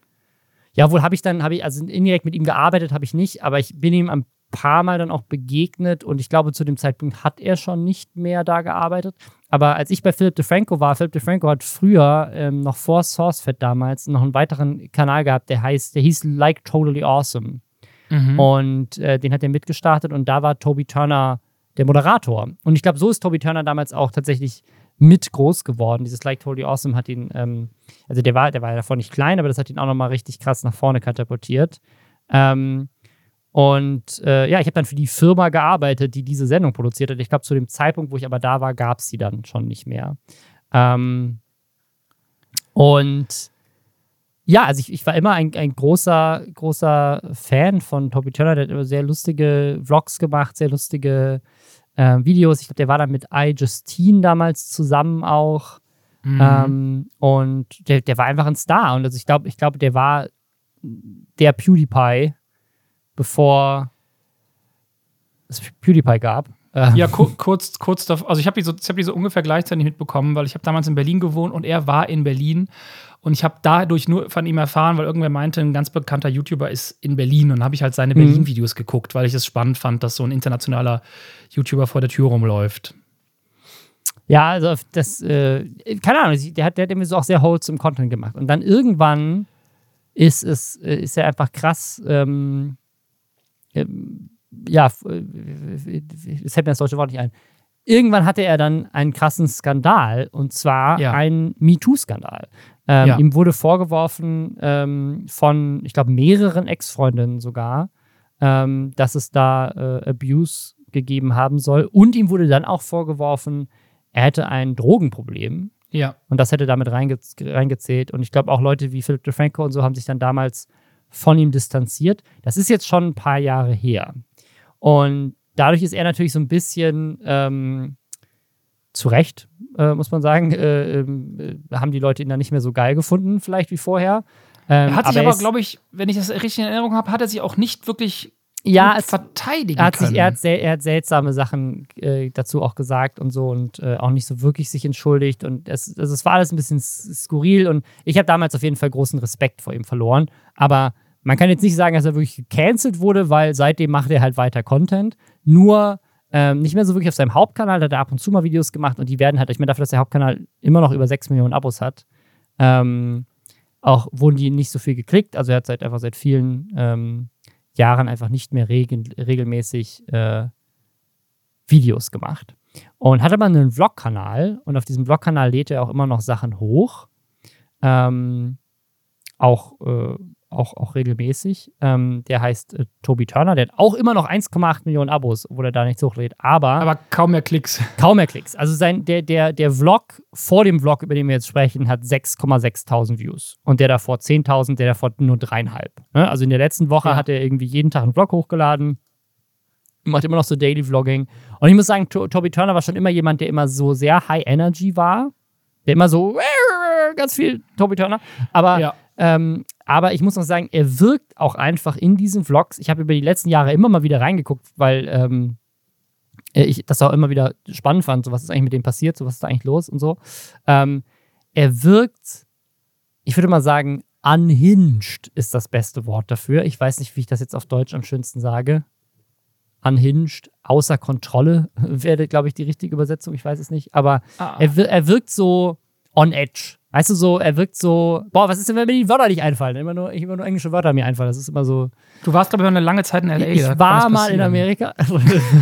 mit ihm gearbeitet, habe ich nicht, aber ich bin ihm ein paar Mal dann auch begegnet und ich glaube, zu dem Zeitpunkt hat er schon nicht mehr da gearbeitet. Aber als ich bei Philip DeFranco war, Philip DeFranco hat früher, noch vor SourceFed damals, noch einen weiteren Kanal gehabt, der hieß Like Totally Awesome. Mhm. Und den hat er mitgestartet und da war Toby Turner der Moderator. Und ich glaube, so ist Toby Turner damals auch tatsächlich mit groß geworden. Dieses Like Totally Awesome hat ihn, also der war ja davor nicht klein, aber das hat ihn auch nochmal richtig krass nach vorne katapultiert. Ich habe dann für die Firma gearbeitet, die diese Sendung produziert hat. Ich glaube, zu dem Zeitpunkt, wo ich aber da war, gab es sie dann schon nicht mehr. Also ich war immer ein großer Fan von Toby Turner. Der hat immer sehr lustige Vlogs gemacht, sehr lustige Videos. Ich glaube, der war dann mit iJustine damals zusammen auch. Mhm. Und der war einfach ein Star. Und also ich glaube, der war der PewDiePie, bevor es PewDiePie gab. Ja, kurz davor. Also ich habe die so ungefähr gleichzeitig mitbekommen, weil ich habe damals in Berlin gewohnt und er war in Berlin. Und ich habe dadurch nur von ihm erfahren, weil irgendwer meinte, ein ganz bekannter YouTuber ist in Berlin. Und dann habe ich halt seine Berlin-Videos geguckt, weil ich es spannend fand, dass so ein internationaler YouTuber vor der Tür rumläuft. Ja, also das, keine Ahnung, der hat irgendwie so auch sehr wholesome Content gemacht. Und dann irgendwann ist er einfach krass, es fällt mir das deutsche Wort nicht ein. Irgendwann hatte er dann einen krassen Skandal, und zwar einen MeToo-Skandal. Ihm wurde vorgeworfen von, ich glaube, mehreren Ex-Freundinnen sogar, dass es da Abuse gegeben haben soll. Und ihm wurde dann auch vorgeworfen, er hätte ein Drogenproblem. Ja. Und das hätte damit reingezählt. Und ich glaube, auch Leute wie Philip DeFranco und so haben sich dann damals von ihm distanziert. Das ist jetzt schon ein paar Jahre her. Und dadurch ist er natürlich so ein bisschen zu Recht, muss man sagen, haben die Leute ihn dann nicht mehr so geil gefunden, vielleicht wie vorher. Er hat sich aber, glaube ich, wenn ich das richtig in Erinnerung habe, hat er sich auch nicht wirklich verteidigen können. Er hat seltsame Sachen dazu auch gesagt und so und auch nicht so wirklich sich entschuldigt. Und es war alles ein bisschen skurril und ich habe damals auf jeden Fall großen Respekt vor ihm verloren. Aber man kann jetzt nicht sagen, dass er wirklich gecancelt wurde, weil seitdem macht er halt weiter Content. Nur nicht mehr so wirklich auf seinem Hauptkanal, da hat er ab und zu mal Videos gemacht und die werden halt, ich meine, dafür, dass der Hauptkanal immer noch über 6 Millionen Abos hat, auch wurden die nicht so viel geklickt. Also er hat seit vielen Jahren einfach nicht mehr regelmäßig Videos gemacht. Und hat aber einen Vlog-Kanal und auf diesem Vlog-Kanal lädt er auch immer noch Sachen hoch. Auch regelmäßig. Der heißt Tobi Turner, der hat auch immer noch 1,8 Millionen Abos, obwohl er da nichts hochlädt. Aber kaum mehr Klicks. Kaum mehr Klicks. Also der Vlog vor dem Vlog, über den wir jetzt sprechen, hat 6,6.000 Views. Und der davor 10.000, der davor nur 3,5. Ne? Also in der letzten Woche hat er irgendwie jeden Tag einen Vlog hochgeladen. Macht immer noch so Daily Vlogging. Und ich muss sagen, Tobi Turner war schon immer jemand, der immer so sehr High Energy war. Der immer so ganz viel Tobi Turner. Aber ich muss noch sagen, er wirkt auch einfach in diesen Vlogs. Ich habe über die letzten Jahre immer mal wieder reingeguckt, weil ich das auch immer wieder spannend fand, so was ist eigentlich mit dem passiert, so was ist da eigentlich los und so. Er wirkt, ich würde mal sagen, unhinged ist das beste Wort dafür. Ich weiß nicht, wie ich das jetzt auf Deutsch am schönsten sage. Unhinged, außer Kontrolle wäre, glaube ich, die richtige Übersetzung. Ich weiß es nicht. Aber er wirkt so on edge. Weißt du, so, er wirkt so, was ist denn, wenn mir die Wörter nicht einfallen? Immer nur englische Wörter mir einfallen. Das ist immer so. Du warst, glaube ich, eine lange Zeit in L.A. Ich war mal in Amerika. Also,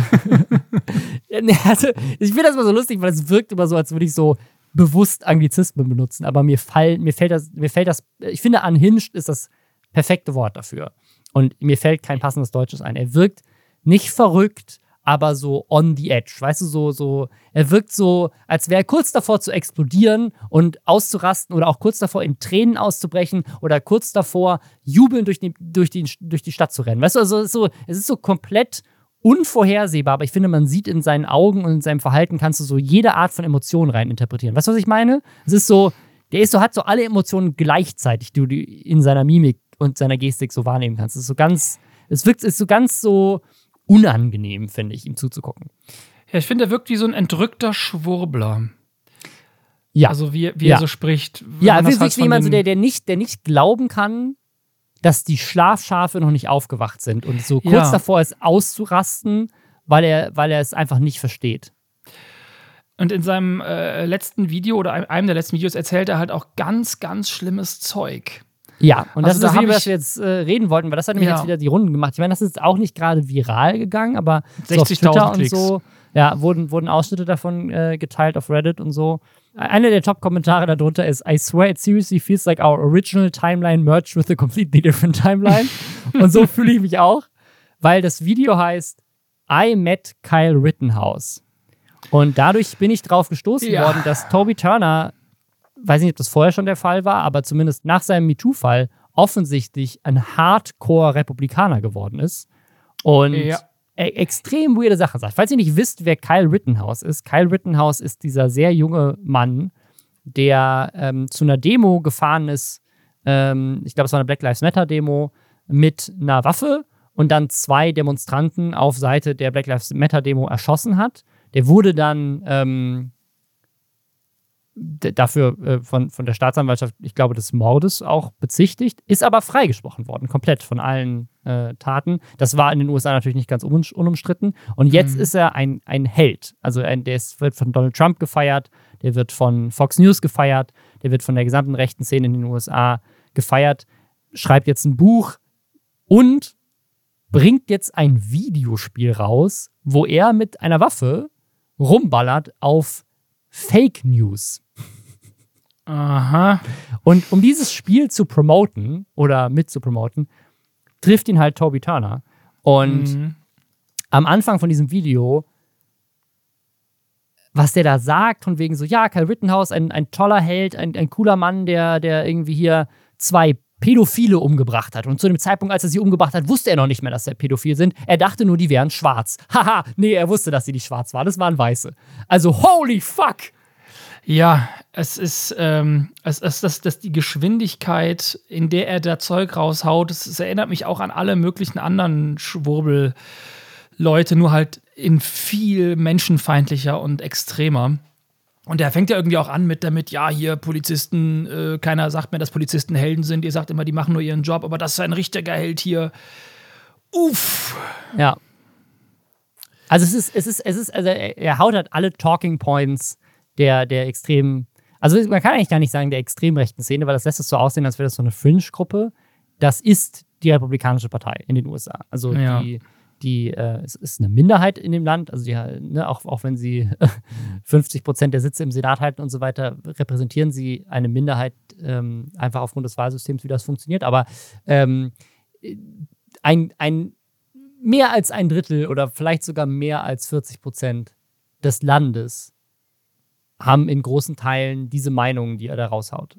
ich finde das immer so lustig, weil es wirkt immer so, als würde ich so bewusst Anglizismen benutzen. Aber mir fällt das, ich finde, unhinged ist das perfekte Wort dafür. Und mir fällt kein passendes Deutsches ein. Er wirkt nicht verrückt, aber so on the edge, weißt du, so, er wirkt so, als wäre er kurz davor zu explodieren und auszurasten oder auch kurz davor in Tränen auszubrechen oder kurz davor jubelnd durch die Stadt zu rennen. Weißt du, also es ist so komplett unvorhersehbar, aber ich finde, man sieht in seinen Augen und in seinem Verhalten, kannst du so jede Art von Emotionen reininterpretieren. Weißt du, was ich meine? Es ist so, hat so alle Emotionen gleichzeitig, die du in seiner Mimik und seiner Gestik so wahrnehmen kannst. Es ist so ganz so unangenehm, finde ich, ihm zuzugucken. Ja, ich finde, er wirkt wie so ein entrückter Schwurbler. Ja. Also wie er so spricht. Ja, er wirkt wie jemand, der nicht glauben kann, dass die Schlafschafe noch nicht aufgewacht sind und so kurz davor ist, auszurasten, weil er es einfach nicht versteht. Und in seinem letzten Video oder einem der letzten Videos erzählt er halt auch ganz, ganz schlimmes Zeug. Ja, und das ist das Video, über das wir jetzt reden wollten, weil das hat nämlich jetzt wieder die Runden gemacht. Ich meine, das ist auch nicht gerade viral gegangen, aber 60.000 Klicks. Und so, wurden Ausschnitte davon geteilt auf Reddit und so. Einer der Top-Kommentare darunter ist: I swear it seriously feels like our original timeline merged with a completely different timeline. Und so fühle ich mich auch, weil das Video heißt I Met Kyle Rittenhouse. Und dadurch bin ich drauf gestoßen worden, dass Tobi Turner, weiß nicht, ob das vorher schon der Fall war, aber zumindest nach seinem MeToo-Fall offensichtlich ein Hardcore-Republikaner geworden ist und extrem weirde Sachen sagt. Falls ihr nicht wisst, wer Kyle Rittenhouse ist, Kyle Rittenhouse ist dieser sehr junge Mann, der zu einer Demo gefahren ist, ich glaube, es war eine Black Lives Matter-Demo, mit einer Waffe und dann 2 Demonstranten auf Seite der Black Lives Matter-Demo erschossen hat. Der wurde dann dafür von der Staatsanwaltschaft, ich glaube, des Mordes auch bezichtigt, ist aber freigesprochen worden, komplett von allen Taten. Das war in den USA natürlich nicht ganz unumstritten. Und jetzt ist er ein Held. Also wird von Donald Trump gefeiert, der wird von Fox News gefeiert, der wird von der gesamten rechten Szene in den USA gefeiert, schreibt jetzt ein Buch und bringt jetzt ein Videospiel raus, wo er mit einer Waffe rumballert auf Fake News. Aha. Und um dieses Spiel zu promoten oder mitzupromoten, trifft ihn halt Tobi Turner. Und am Anfang von diesem Video, was der da sagt, von wegen so, ja, Kyle Rittenhouse, ein toller Held, ein cooler Mann, der irgendwie hier 2 Pädophile umgebracht hat. Und zu dem Zeitpunkt, als er sie umgebracht hat, wusste er noch nicht mehr, dass sie pädophil sind. Er dachte nur, die wären schwarz. Haha, nee, er wusste, dass sie nicht schwarz waren. Das waren Weiße. Also, holy fuck! Ja, es ist das die Geschwindigkeit, in der er da Zeug raushaut, es erinnert mich auch an alle möglichen anderen Schwurbel-Leute, nur halt in viel menschenfeindlicher und extremer. Und der fängt ja irgendwie auch an damit, ja, hier Polizisten, keiner sagt mehr, dass Polizisten Helden sind, ihr sagt immer, die machen nur ihren Job, aber das ist ein richtiger Held hier. Uff. Ja. Also also er haut halt alle Talking Points der extremen, also man kann eigentlich gar nicht sagen der extrem rechten Szene, weil das lässt es so aussehen, als wäre das so eine Fringe-Gruppe. Das ist die Republikanische Partei in den USA. Also es ist eine Minderheit in dem Land, also auch wenn sie 50% der Sitze im Senat halten und so weiter, repräsentieren sie eine Minderheit einfach aufgrund des Wahlsystems, wie das funktioniert. Aber ein mehr als ein Drittel oder vielleicht sogar mehr als 40% des Landes haben in großen Teilen diese Meinungen, die er da raushaut.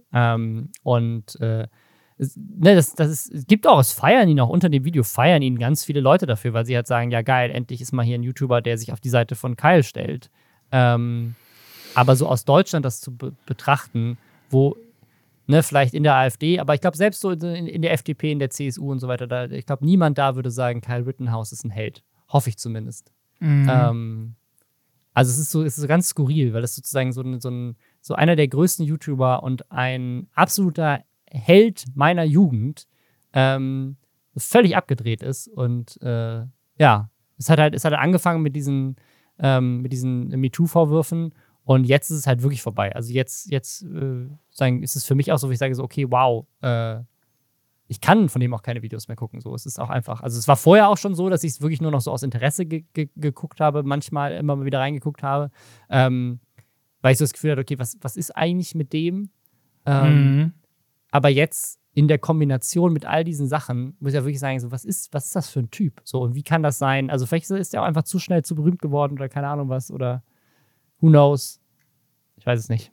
Es gibt auch, es feiern ihn auch unter dem Video, feiern ihn ganz viele Leute dafür, weil sie halt sagen, ja geil, endlich ist mal hier ein YouTuber, der sich auf die Seite von Kyle stellt. Aber so aus Deutschland das zu betrachten, wo, vielleicht in der AfD, aber ich glaube selbst so in der FDP, in der CSU und so weiter, ich glaube niemand da würde sagen, Kyle Rittenhouse ist ein Held. Hoffe ich zumindest. Mhm. Also es ist so ganz skurril, weil das sozusagen so einer der größten YouTuber und ein absoluter Held meiner Jugend völlig abgedreht ist. Und es hat halt angefangen mit diesen MeToo-Vorwürfen und jetzt ist es halt wirklich vorbei. Also jetzt ist es für mich auch so, wie ich sage so, okay, wow, ich kann von dem auch keine Videos mehr gucken. So, es ist auch einfach. Also es war vorher auch schon so, dass ich es wirklich nur noch so aus Interesse geguckt habe, manchmal immer mal wieder reingeguckt habe, weil ich so das Gefühl hatte, okay, was ist eigentlich mit dem? Aber jetzt in der Kombination mit all diesen Sachen muss ich ja wirklich sagen, so, was ist das für ein Typ? So, und wie kann das sein? Also vielleicht ist er auch einfach zu schnell zu berühmt geworden oder keine Ahnung was oder who knows? Ich weiß es nicht.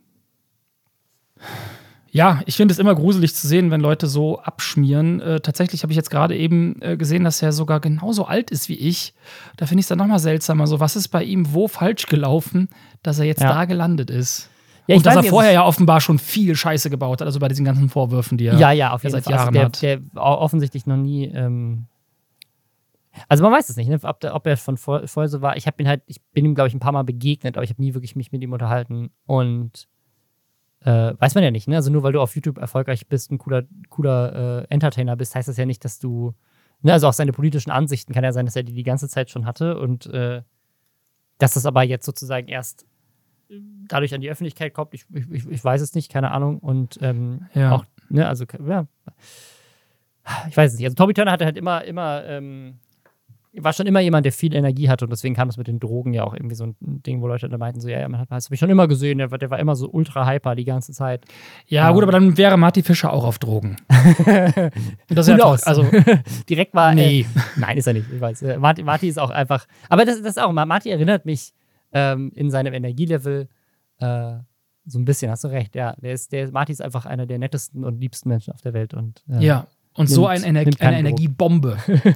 Ja, ich finde es immer gruselig zu sehen, wenn Leute so abschmieren. Tatsächlich habe ich jetzt gerade eben gesehen, dass er sogar genauso alt ist wie ich. Da finde ich es dann nochmal seltsamer. So, was ist bei ihm wo falsch gelaufen, dass er jetzt da gelandet ist? Ja, und dass er vorher ja offenbar schon viel Scheiße gebaut hat, also bei diesen ganzen Vorwürfen, die er auf jeden seit Fall Jahren hat. Der offensichtlich noch nie. Also man weiß es nicht, ne? Ob er von vorher so war. Ich bin ihm, glaube ich, ein paar Mal begegnet, aber ich habe nie wirklich mich mit ihm unterhalten. Und weiß man ja nicht, ne? Also nur weil du auf YouTube erfolgreich bist, ein cooler Entertainer bist, heißt das ja nicht, dass du, also auch seine politischen Ansichten kann ja sein, dass er die ganze Zeit schon hatte und dass das aber jetzt sozusagen erst dadurch an die Öffentlichkeit kommt, ich weiß es nicht, keine Ahnung. Und auch, also, ja, ich weiß es nicht. Also Tommy Turner hatte halt immer war schon immer jemand, der viel Energie hatte und deswegen kam es mit den Drogen ja auch irgendwie so ein Ding, wo Leute dann meinten, so, ja, man hat es mich schon immer gesehen, der war immer so ultra hyper die ganze Zeit. Ja, gut, aber dann wäre Marty Fischer auch auf Drogen. Das ist einfach, also direkt war, nee. Nein, ist er nicht, ich weiß. Marty ist auch einfach, aber das ist auch, Marty erinnert mich in seinem Energielevel so ein bisschen, hast du recht, ja. Marty ist einfach einer der nettesten und liebsten Menschen auf der Welt. Und, und so eine Energiebombe.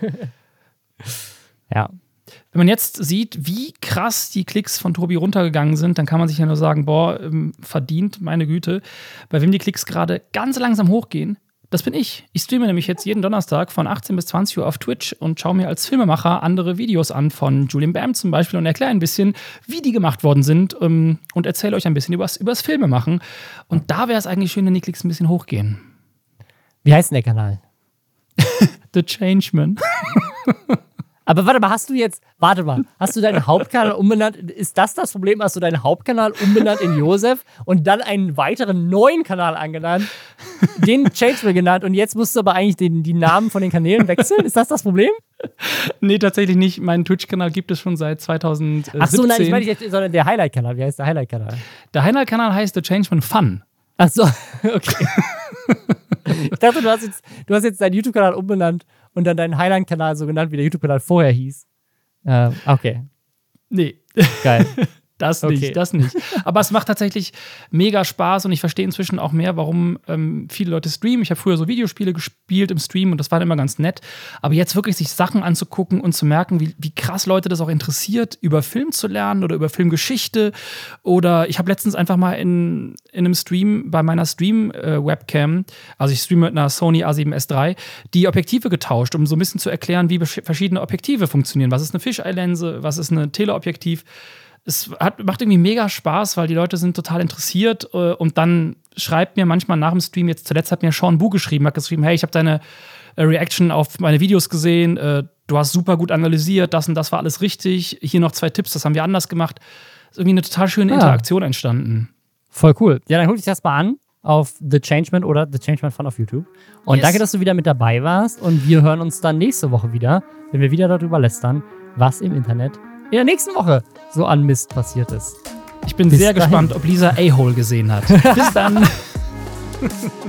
Ja. Wenn man jetzt sieht, wie krass die Klicks von Tobi runtergegangen sind, dann kann man sich ja nur sagen, boah, verdient, meine Güte. Bei wem die Klicks gerade ganz langsam hochgehen, das bin ich. Ich streame nämlich jetzt jeden Donnerstag von 18 bis 20 Uhr auf Twitch und schaue mir als Filmemacher andere Videos an, von Julian Bam zum Beispiel, und erkläre ein bisschen, wie die gemacht worden sind und erzähle euch ein bisschen übers Filmemachen. Und da wäre es eigentlich schön, wenn die Klicks ein bisschen hochgehen. Wie heißt denn der Kanal? The Changeman. Aber warte mal, hast du deinen Hauptkanal umbenannt? Ist das Problem? Hast du deinen Hauptkanal umbenannt in Josef und dann einen weiteren neuen Kanal angenannt, den Changeman genannt und jetzt musst du aber eigentlich die Namen von den Kanälen wechseln? Ist das Problem? Nee, tatsächlich nicht. Meinen Twitch-Kanal gibt es schon seit 2017. Ach so, nein, ich meine nicht, sondern der Highlight-Kanal. Wie heißt der Highlight-Kanal? Der Highlight-Kanal heißt The Changeman Fun. Ach so, okay. Ich dachte, du hast jetzt deinen YouTube-Kanal umbenannt und dann deinen Highlight-Kanal so genannt, wie der YouTube-Kanal vorher hieß. Okay. Nee. Geil. Das nicht. Aber es macht tatsächlich mega Spaß und ich verstehe inzwischen auch mehr, warum viele Leute streamen. Ich habe früher so Videospiele gespielt im Stream und das war immer ganz nett. Aber jetzt wirklich sich Sachen anzugucken und zu merken, wie krass Leute das auch interessiert, über Film zu lernen oder über Filmgeschichte. Oder ich habe letztens einfach mal in einem Stream, bei meiner Stream-Webcam, also ich streame mit einer Sony A7S III, die Objektive getauscht, um so ein bisschen zu erklären, wie verschiedene Objektive funktionieren. Was ist eine Fisheye-Linse, was ist eine Teleobjektiv? Es macht irgendwie mega Spaß, weil die Leute sind total interessiert und dann schreibt mir manchmal nach dem Stream, jetzt zuletzt hat mir Sean Bu geschrieben, hey, ich habe deine Reaction auf meine Videos gesehen, du hast super gut analysiert, das und das war alles richtig, hier noch 2 Tipps, das haben wir anders gemacht. Ist irgendwie eine total schöne Interaktion entstanden. Voll cool. Ja, dann guck dich das mal an auf The Changeman oder The Changeman Fun auf YouTube. Und danke, dass du wieder mit dabei warst und wir hören uns dann nächste Woche wieder, wenn wir wieder darüber lästern, was im Internet in der nächsten Woche so an Mist passiert ist. Ich bin sehr gespannt, ob Lisa A-Hole gesehen hat. Bis dann.